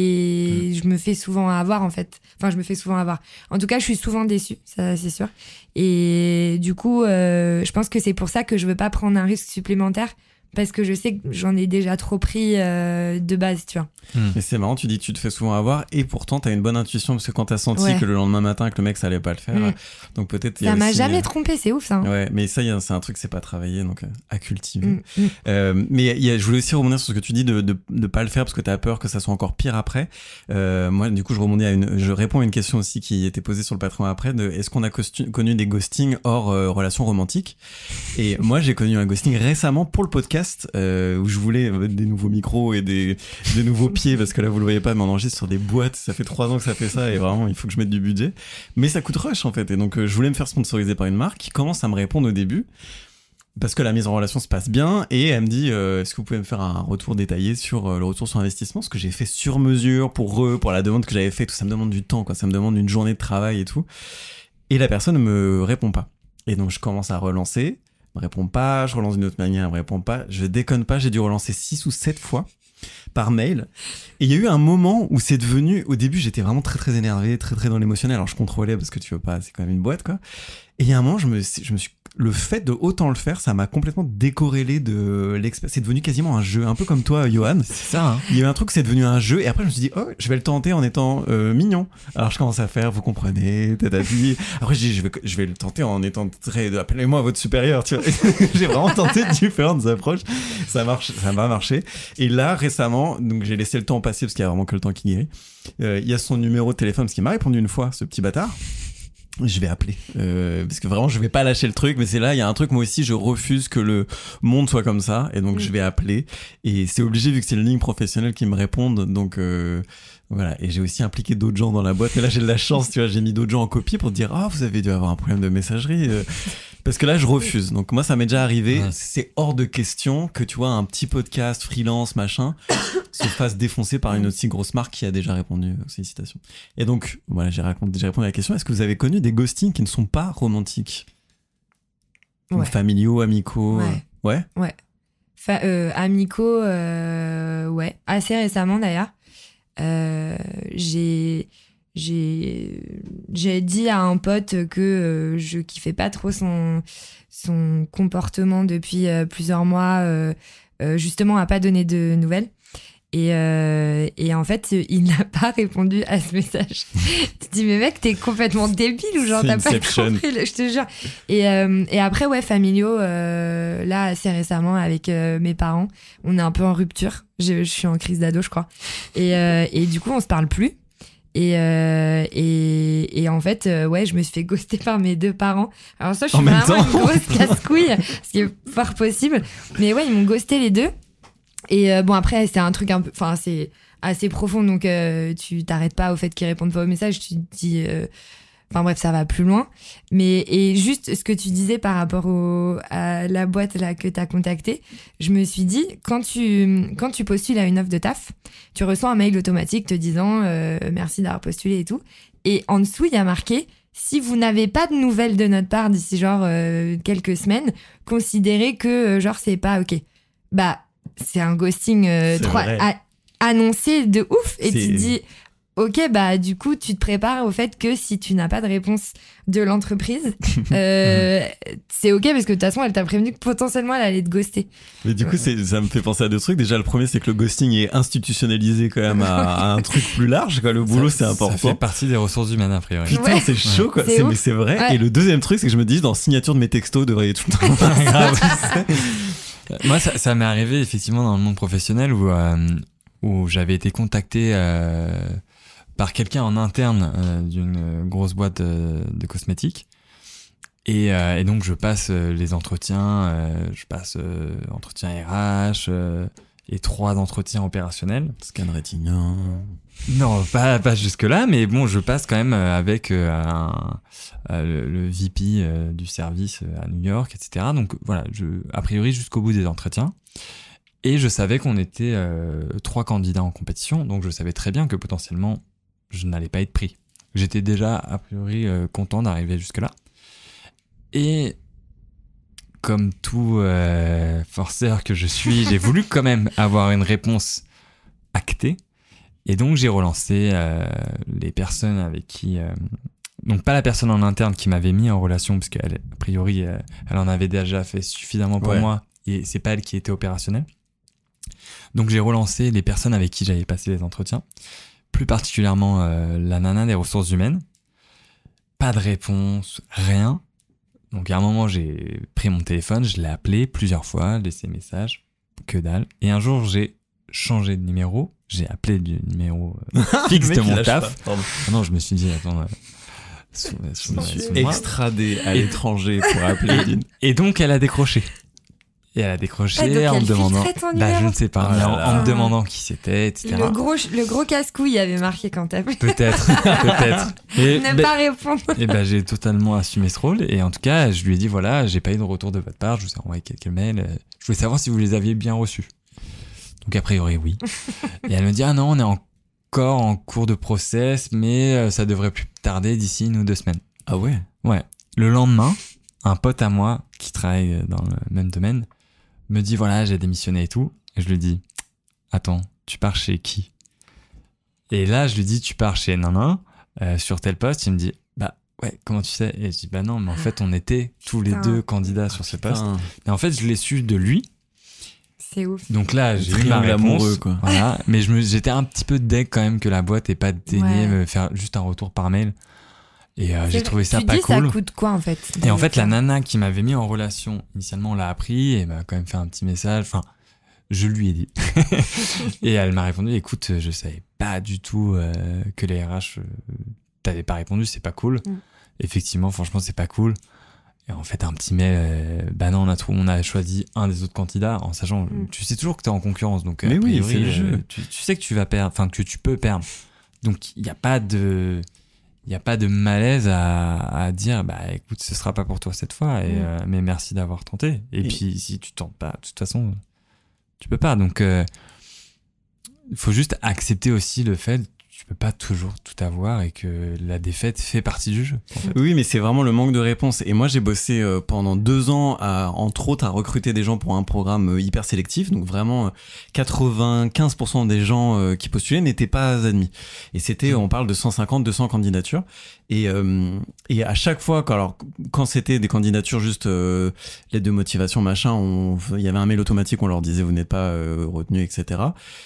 Et je me fais souvent avoir, en fait. Enfin, je me fais souvent avoir. En tout cas, je suis souvent déçue, ça, c'est sûr. Et du coup, je pense que c'est pour ça que je veux pas prendre un risque supplémentaire. Parce que je sais que j'en ai déjà trop pris de base, tu vois. Mais c'est marrant, tu dis que tu te fais souvent avoir et pourtant t'as une bonne intuition parce que quand t'as senti que le lendemain matin que le mec ça allait pas le faire, donc peut-être... Ça m'a jamais trompé, c'est ouf ça. Ouais, mais ça c'est un truc, c'est pas travaillé, donc à cultiver. Mais je voulais aussi rebondir sur ce que tu dis de pas le faire parce que t'as peur que ça soit encore pire après. Moi du coup je réponds à une question aussi qui était posée sur le Patreon après, est-ce qu'on a connu des ghostings hors relation romantique? Et moi j'ai connu un ghosting récemment pour le podcast où je voulais des nouveaux micros et des nouveaux pieds parce que là vous le voyez pas mais on enregistre sur des boîtes, ça fait 3 ans que ça fait ça et vraiment il faut que je mette du budget, mais ça coûte rush en fait, et donc je voulais me faire sponsoriser par une marque qui commence à me répondre au début parce que la mise en relation se passe bien et elle me dit est-ce que vous pouvez me faire un retour détaillé sur le retour sur investissement, ce que j'ai fait sur mesure pour eux, pour la demande que j'avais fait, tout ça me demande du temps quoi, ça me demande une journée de travail et tout, et la personne ne me répond pas, et donc je commence à relancer, me répond pas, je relance d'une autre manière, elle me répond pas, je déconne pas, j'ai dû relancer 6 ou 7 fois par mail, et il y a eu un moment où c'est devenu, au début j'étais vraiment très très énervé, très très dans l'émotionnel, alors je contrôlais parce que tu veux pas, c'est quand même une boîte quoi, et il y a un moment je me suis le fait de autant le faire, ça m'a complètement décorrélé de l'expérience. C'est devenu quasiment un jeu, un peu comme toi, Johan. C'est ça, hein. Il y a eu un truc, c'est devenu un jeu, et après je me suis dit, oh, je vais le tenter en étant mignon. Alors je commence à faire, vous comprenez, tatati. Après je dis, je vais le tenter en étant très, appelez-moi votre supérieur, tu vois. J'ai vraiment tenté différentes approches. Ça m'a marché. Et là, récemment, donc j'ai laissé le temps passer parce qu'il y a vraiment que le temps qui guérit. Il y a son numéro de téléphone, parce qu'il m'a répondu une fois, ce petit bâtard. Je vais appeler parce que vraiment je vais pas lâcher le truc, mais c'est là il y a un truc, moi aussi je refuse que le monde soit comme ça, et donc je vais appeler, et c'est obligé vu que c'est une ligne professionnelle qui me répondent, donc voilà. Et j'ai aussi impliqué d'autres gens dans la boîte, mais là j'ai de la chance, tu vois, j'ai mis d'autres gens en copie pour dire vous avez dû avoir un problème de messagerie parce que là je refuse. Donc moi ça m'est déjà arrivé, c'est hors de question que tu vois un petit podcast freelance machin se fasse défoncer par une aussi grosse marque qui a déjà répondu aux sollicitations. Et donc voilà, j'ai répondu à la question, est-ce que vous avez connu des ghostings qui ne sont pas romantiques, ou familiaux, amicaux? Ouais. Amicaux, ouais, assez récemment d'ailleurs. J'ai dit à un pote que je kiffais pas trop son comportement depuis plusieurs mois, justement à pas donner de nouvelles. Et en fait, il n'a pas répondu à ce message. Tu te dis, mais mec, t'es complètement débile ou genre t'as pas compris, je te jure. Et après, ouais, familiaux, là, assez récemment, avec mes parents, on est un peu en rupture. Je suis en crise d'ado, je crois. Et du coup, on se parle plus. Et en fait, ouais, je me suis fait ghoster par mes 2 parents. Alors ça, je suis vraiment une grosse casse-couille, ce qui est fort possible. Mais ouais, ils m'ont ghosté les 2. Et bon, après, c'est un truc un peu... Enfin, c'est assez profond, donc tu t'arrêtes pas au fait qu'ils répondent pas au message. Tu te dis... Enfin bref, ça va plus loin. Et juste ce que tu disais par rapport à la boîte là que t'as contactée, je me suis dit, quand tu postules à une offre de taf, tu reçois un mail automatique te disant merci d'avoir postulé et tout. Et en dessous, il y a marqué, si vous n'avez pas de nouvelles de notre part d'ici genre quelques semaines, considérez que genre c'est pas ok. Bah, c'est un ghosting annoncé de ouf. Et tu te dis, ok, bah du coup, tu te prépares au fait que si tu n'as pas de réponse de l'entreprise, c'est ok parce que de toute façon, elle t'a prévenu que potentiellement, elle allait te ghoster. Mais du coup, ça me fait penser à deux trucs. Déjà, le premier, c'est que le ghosting est institutionnalisé quand même à un truc plus large. Quoi. Le boulot, c'est important. Ça fait partie des ressources humaines, a priori. Putain, c'est chaud, quoi. Mais c'est vrai. Ouais. Et le deuxième truc, c'est que je me dis, dans signature de mes textos, devrait être tout le temps. Moi, ça m'est arrivé effectivement dans le monde professionnel où j'avais été contacté par quelqu'un en interne d'une grosse boîte de cosmétiques. Et donc, je passe les entretiens, entretien RH et 3 entretiens opérationnels. Scan rétinien. Non, pas jusque-là, mais bon, je passe quand même avec le VP du service à New York, etc. Donc voilà, a priori jusqu'au bout des entretiens. Et je savais qu'on était 3 candidats en compétition, donc je savais très bien que potentiellement, je n'allais pas être pris. J'étais déjà, a priori, content d'arriver jusque-là. Et comme tout forceur que je suis, j'ai voulu quand même avoir une réponse actée. Et donc, j'ai relancé les personnes avec qui... donc, pas la personne en interne qui m'avait mis en relation, parce qu'elle, a priori, elle en avait déjà fait suffisamment pour moi, et c'est pas elle qui était opérationnelle. Donc, j'ai relancé les personnes avec qui j'avais passé les entretiens, plus particulièrement la nana des ressources humaines. Pas de réponse, rien. Donc, à un moment, j'ai pris mon téléphone, je l'ai appelé plusieurs fois, laissé message, que dalle. Et un jour, j'ai changé de numéro, j'ai appelé du numéro fixe de mon taf. Non, je me suis dit, attends, je me suis extradé à l'étranger pour appeler. Et donc, elle a décroché. Et elle a décroché en me demandant, je ne sais pas, en me demandant qui c'était, etc. Le gros casse-couille avait marqué quand t'as appelé. Peut-être. Et ne pas répondre. Et j'ai totalement assumé ce rôle. Et en tout cas, je lui ai dit, voilà, j'ai pas eu de retour de votre part, je vous ai envoyé quelques mails. Je voulais savoir si vous les aviez bien reçus. Donc a priori, oui. Et elle me dit, non, on est encore en cours de process, mais ça devrait plus tarder d'ici 1 ou 2 semaines. Ah ouais? Ouais. Le lendemain, un pote à moi qui travaille dans le même domaine me dit, voilà, j'ai démissionné et tout. Et je lui dis, attends, tu pars chez qui? Et là, je lui dis, tu pars chez Nanin, sur tel poste. Il me dit, ouais, comment tu sais? Et je dis, non, mais en fait, on était tous les 2 candidats sur ce poste. Et en fait, je l'ai su de lui. C'est ouf. Donc là, j'ai eu ma réponse. Amoureux, quoi. Voilà. Mais j'étais un petit peu deg quand même que la boîte ait pas daigné me faire juste un retour par mail. Et j'ai trouvé ça pas cool. Ça coûte quoi en fait? Et en fait, la nana qui m'avait mis en relation initialement l'a appris et m'a quand même fait un petit message. Enfin, je lui ai dit. Et elle m'a répondu, écoute, je savais pas du tout que les RH t'avaient pas répondu, c'est pas cool. Effectivement, franchement, c'est pas cool. Et en fait, un petit mail, non, on a choisi un des autres candidats en sachant, tu sais toujours que t'es en concurrence. Donc, mais oui, c'est le jeu. Tu sais que tu vas perdre, enfin, que tu peux perdre. Donc, il n'y a pas de malaise à dire, écoute, ce sera pas pour toi cette fois, mais merci d'avoir tenté. Et puis, si tu tentes pas, de toute façon, tu peux pas. Donc, il faut juste accepter aussi le fait tu peux pas toujours tout avoir et que la défaite fait partie du jeu. En fait. Oui, mais c'est vraiment le manque de réponse. Et moi, j'ai bossé pendant 2 ans, entre autres, à recruter des gens pour un programme hyper sélectif. Donc vraiment, 95% des gens qui postulaient n'étaient pas admis. Et c'était, on parle de 150, 200 candidatures. Et à chaque fois, quand c'était des candidatures juste lettre de motivation, machin, il y avait un mail automatique, on leur disait vous n'êtes pas retenu, etc.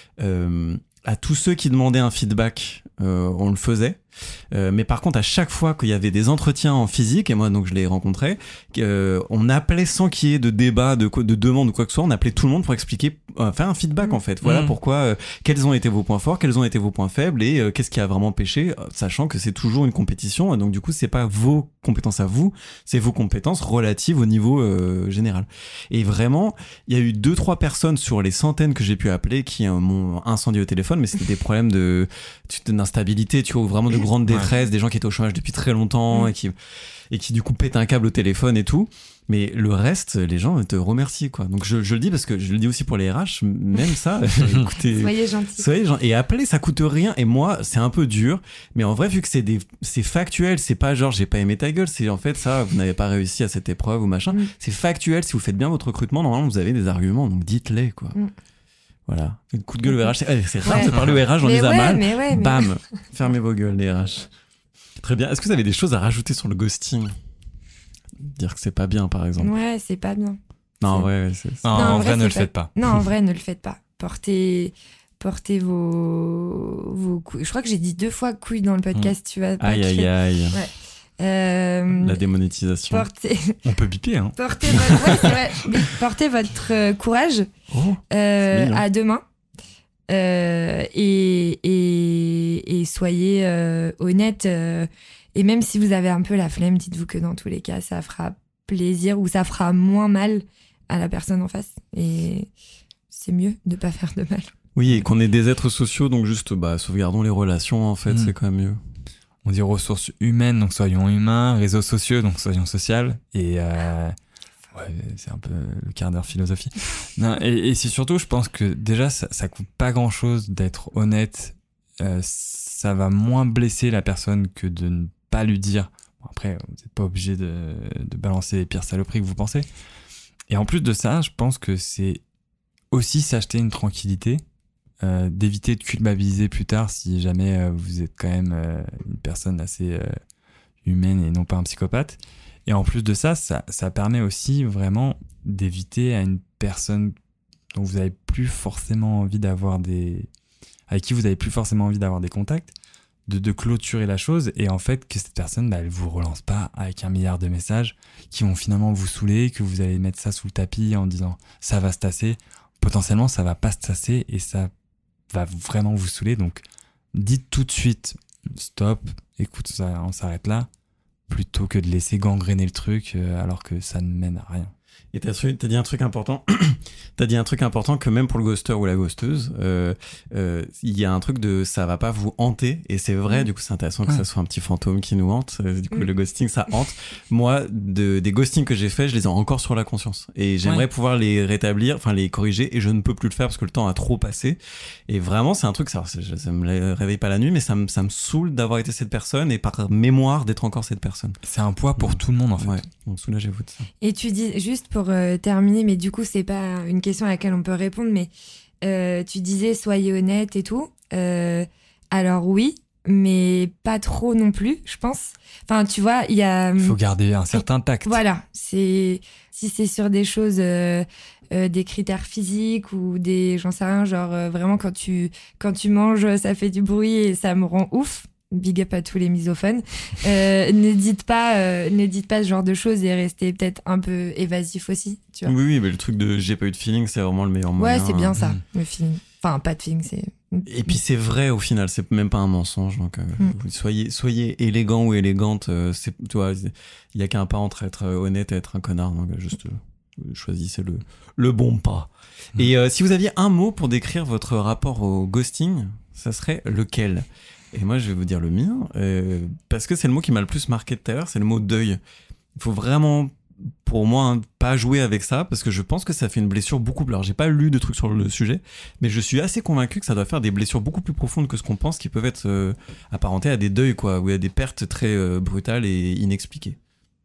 À tous ceux qui demandaient un feedback, on le faisait. Mais par contre, à chaque fois qu'il y avait des entretiens en physique, et moi donc je les rencontrais, on appelait sans qu'il y ait de débat, de demande ou quoi que ce soit, on appelait tout le monde pour expliquer, faire un feedback en fait. Voilà pourquoi, quels ont été vos points forts, quels ont été vos points faibles et qu'est-ce qui a vraiment pêché, sachant que c'est toujours une compétition. Et donc du coup, c'est pas vos compétences à vous, c'est vos compétences relatives au niveau général. Et vraiment, il y a eu 2-3 personnes sur les centaines que j'ai pu appeler qui m'ont incendié au téléphone téléphone, mais c'était des problèmes d'instabilité, tu vois, vraiment de grande détresse, des gens qui étaient au chômage depuis très longtemps et qui du coup pètent un câble au téléphone et tout. Mais le reste, les gens te remercient, quoi. Donc je le dis parce que je le dis aussi pour les RH, même ça. Écoutez, soyez gentils. Et appeler, ça coûte rien. Et moi, c'est un peu dur. Mais en vrai, vu que c'est factuel, c'est pas genre j'ai pas aimé ta gueule, c'est en fait ça, vous n'avez pas réussi à cette épreuve ou machin. C'est factuel. Si vous faites bien votre recrutement, normalement vous avez des arguments, donc dites-les, quoi. Voilà. Coup de gueule au RH, c'est rare de parler au RH, j'en ai mal. Bam, fermez vos gueules, les RH. Très bien. Est-ce que vous avez des choses à rajouter sur le ghosting ? Dire que c'est pas bien, par exemple. Ouais, c'est pas bien. Non, en vrai, en vrai, ne le faites pas. Non, en vrai, ne le faites pas. Portez vos couilles. Je crois que j'ai dit 2 fois couilles dans le podcast, tu vois. Aïe. Ouais. La démonétisation. On peut biper, hein. Portez votre courage à 2 mains. Et soyez honnête. Et même si vous avez un peu la flemme, dites-vous que dans tous les cas, ça fera plaisir ou ça fera moins mal à la personne en face. Et c'est mieux de pas faire de mal. Oui, et qu'on est des êtres sociaux, donc juste sauvegardons les relations, en fait, c'est quand même mieux. On dit ressources humaines, donc soyons humains, réseaux sociaux, donc soyons sociales. Et c'est un peu le quart d'heure philosophie. Non, et c'est surtout, je pense que déjà, ça coûte pas grand-chose d'être honnête. Ça va moins blesser la personne que de ne pas lui dire. Bon, après, vous n'êtes pas obligé de balancer les pires saloperies que vous pensez. Et en plus de ça, je pense que c'est aussi s'acheter une tranquillité, d'éviter de culpabiliser plus tard si jamais vous êtes quand même une personne assez humaine et non pas un psychopathe. Et en plus de ça, ça permet aussi vraiment d'éviter à une personne dont vous n'avez plus forcément envie d'avoir avec qui vous n'avez plus forcément envie d'avoir des contacts, de clôturer la chose, et en fait que cette personne, elle vous relance pas avec 1 milliard de messages qui vont finalement vous saouler, que vous allez mettre ça sous le tapis en disant ça va se tasser. Potentiellement, ça va pas se tasser et ça va vraiment vous saouler. Donc, dites tout de suite stop, écoute, ça, on s'arrête là, plutôt que de laisser gangréner le truc alors que ça ne mène à rien. Et t'as dit un truc important. T'as dit un truc important que même pour le ghoster ou la ghosteuse, il y a un truc de ça va pas vous hanter. Et c'est vrai, du coup, c'est intéressant que ça soit un petit fantôme qui nous hante. Du coup, le ghosting, ça hante. Moi, des ghostings que j'ai faits, je les ai encore sur la conscience. Et j'aimerais pouvoir les rétablir, enfin les corriger. Et je ne peux plus le faire parce que le temps a trop passé. Et vraiment, c'est un truc, ça me réveille pas la nuit, mais ça me saoule d'avoir été cette personne et par mémoire d'être encore cette personne. C'est un poids pour tout le monde, en fait. Ouais, donc soulagez-vous de ça. Et tu dis, juste pour terminer, mais du coup, c'est pas une question à laquelle on peut répondre, mais tu disais soyez honnête et tout. Alors oui, mais pas trop non plus, je pense. Enfin, tu vois, il y a... Il faut garder un certain tact. Voilà, si c'est sur des choses, des critères physiques ou des, j'en sais rien, genre vraiment quand tu manges, ça fait du bruit et ça me rend ouf. Big up à tous les misophones. Ne dites pas ce genre de choses et restez peut-être un peu évasif aussi, tu vois. Oui, mais le truc de j'ai pas eu de feeling, c'est vraiment le meilleur moyen. Ouais, c'est bien ça, le feeling. Enfin, pas de feeling, c'est... Et puis c'est vrai au final, c'est même pas un mensonge. Donc soyez élégant ou élégante. Tu vois, il y a qu'un pas entre être honnête et être un connard. Donc juste choisissez le bon pas. Et si vous aviez un mot pour décrire votre rapport au ghosting, ça serait lequel ? Et moi, je vais vous dire le mien, parce que c'est le mot qui m'a le plus marqué tout à l'heure, c'est le mot deuil. Il faut vraiment, pour moi, pas jouer avec ça, parce que je pense que ça fait une blessure beaucoup plus... Alors, j'ai pas lu de trucs sur le sujet, mais je suis assez convaincu que ça doit faire des blessures beaucoup plus profondes que ce qu'on pense, qui peuvent être apparentées à des deuils, quoi, ou à des pertes très brutales et inexpliquées.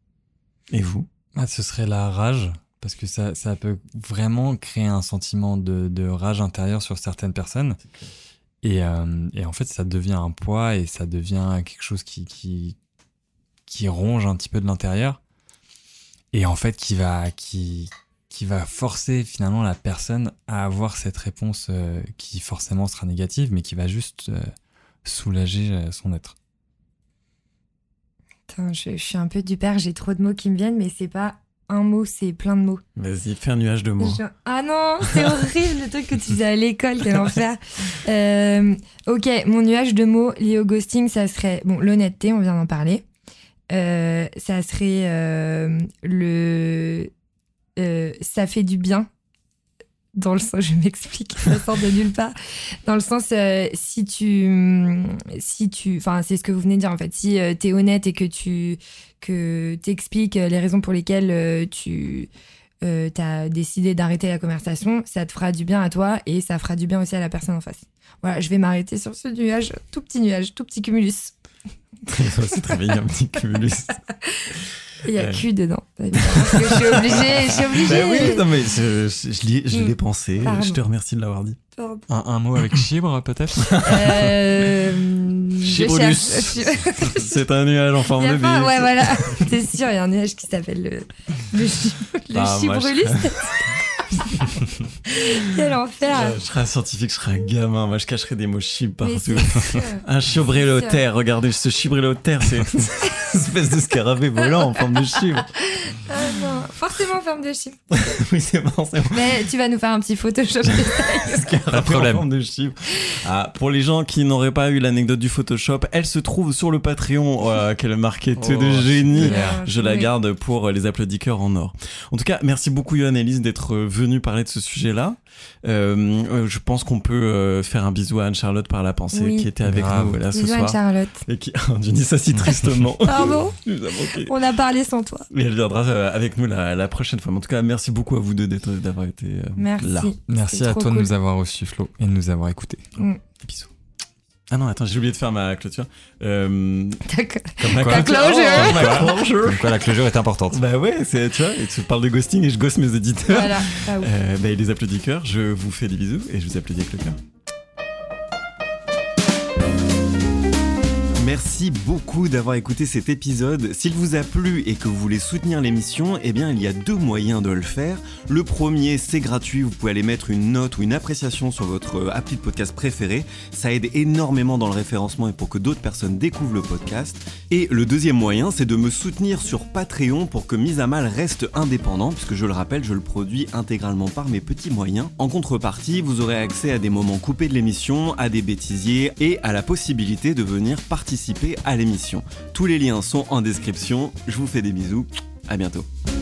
Et vous ? Ce serait la rage, parce que ça peut vraiment créer un sentiment de rage intérieure sur certaines personnes. Et en fait, ça devient un poids et ça devient quelque chose qui ronge un petit peu de l'intérieur. Et en fait, qui va forcer finalement la personne à avoir cette réponse qui forcément sera négative, mais qui va juste soulager son être. Attends, je suis un peu du père, j'ai trop de mots qui me viennent, mais c'est pas un mot, c'est plein de mots. Vas-y, fais un nuage de mots. Ah non, c'est horrible le truc que tu faisais à l'école, quel enfer. Ok, mon nuage de mots lié au ghosting, ça serait... Bon, l'honnêteté, on vient d'en parler. Ça serait ça fait du bien dans le sens, je m'explique, ça sort de nulle part. Dans le sens, si tu, enfin, c'est ce que vous venez de dire en fait. Si t'es honnête et que t'expliques les raisons pour lesquelles t'as décidé d'arrêter la conversation, ça te fera du bien à toi et ça fera du bien aussi à la personne en face. Voilà, je vais m'arrêter sur ce nuage, tout petit cumulus. C'est très bien, un petit cumulus. Il y a cul dedans. Parce que je suis obligée. Bah oui, non mais je l'ai pensé. Pardon. Je te remercie de l'avoir dit. Un mot avec chibre, peut-être. Chibrulus. C'est un nuage en forme de bille. Ouais, voilà. T'es sûr, il y a un nuage qui s'appelle le chibrulus. Quel enfer. Je serais un scientifique, je serais un gamin. Moi, je cacherais des mots chibres partout. Un chibrélotère. Regardez, ce chibrélotère, c'est une espèce de scarabée volant en forme de chibre. Ah non, forcément en forme de chibre. Oui, c'est forcément. Mais tu vas nous faire un petit Photoshop. Pas de problème. En forme de chibre. Ah, pour les gens qui n'auraient pas eu l'anecdote du Photoshop, elle se trouve sur le Patreon. Oh, quelle marquette de génie. Je la garde pour les applaudisseurs en or. En tout cas, merci beaucoup, Yoann Elise, d'être venue parler de ce sujet-là. Je pense qu'on peut faire un bisou à Anne-Charlotte par la pensée qui était avec nous là ce soir. Anne-Charlotte. Et qui je dis ça si tristement. Pardon. On a parlé sans toi. Et elle viendra avec nous la prochaine fois. Mais en tout cas, merci beaucoup à vous deux d'avoir été là. Merci à toi de nous avoir reçus, Flo, et de nous avoir écoutés. Bisous. Ah non, attends, j'ai oublié de faire ma clôture. Ta clôture. Comme quoi la clôture est importante. Bah ouais, tu vois, et tu parles de ghosting et je gosse mes auditeurs. Voilà. Et les applaudisseurs, je vous fais des bisous et je vous applaudis avec le cœur. Merci beaucoup d'avoir écouté cet épisode. S'il vous a plu et que vous voulez soutenir l'émission, eh bien il y a 2 moyens de le faire. Le premier, c'est gratuit, vous pouvez aller mettre une note ou une appréciation sur votre appli de podcast préféré. Ça aide énormément dans le référencement et pour que d'autres personnes découvrent le podcast. Et le deuxième moyen, c'est de me soutenir sur Patreon pour que Mise à Mal reste indépendant, puisque je le rappelle, je le produis intégralement par mes petits moyens. En contrepartie, vous aurez accès à des moments coupés de l'émission, à des bêtisiers et à la possibilité de venir participer à l'émission. Tous les liens sont en description. Je vous fais des bisous. À bientôt.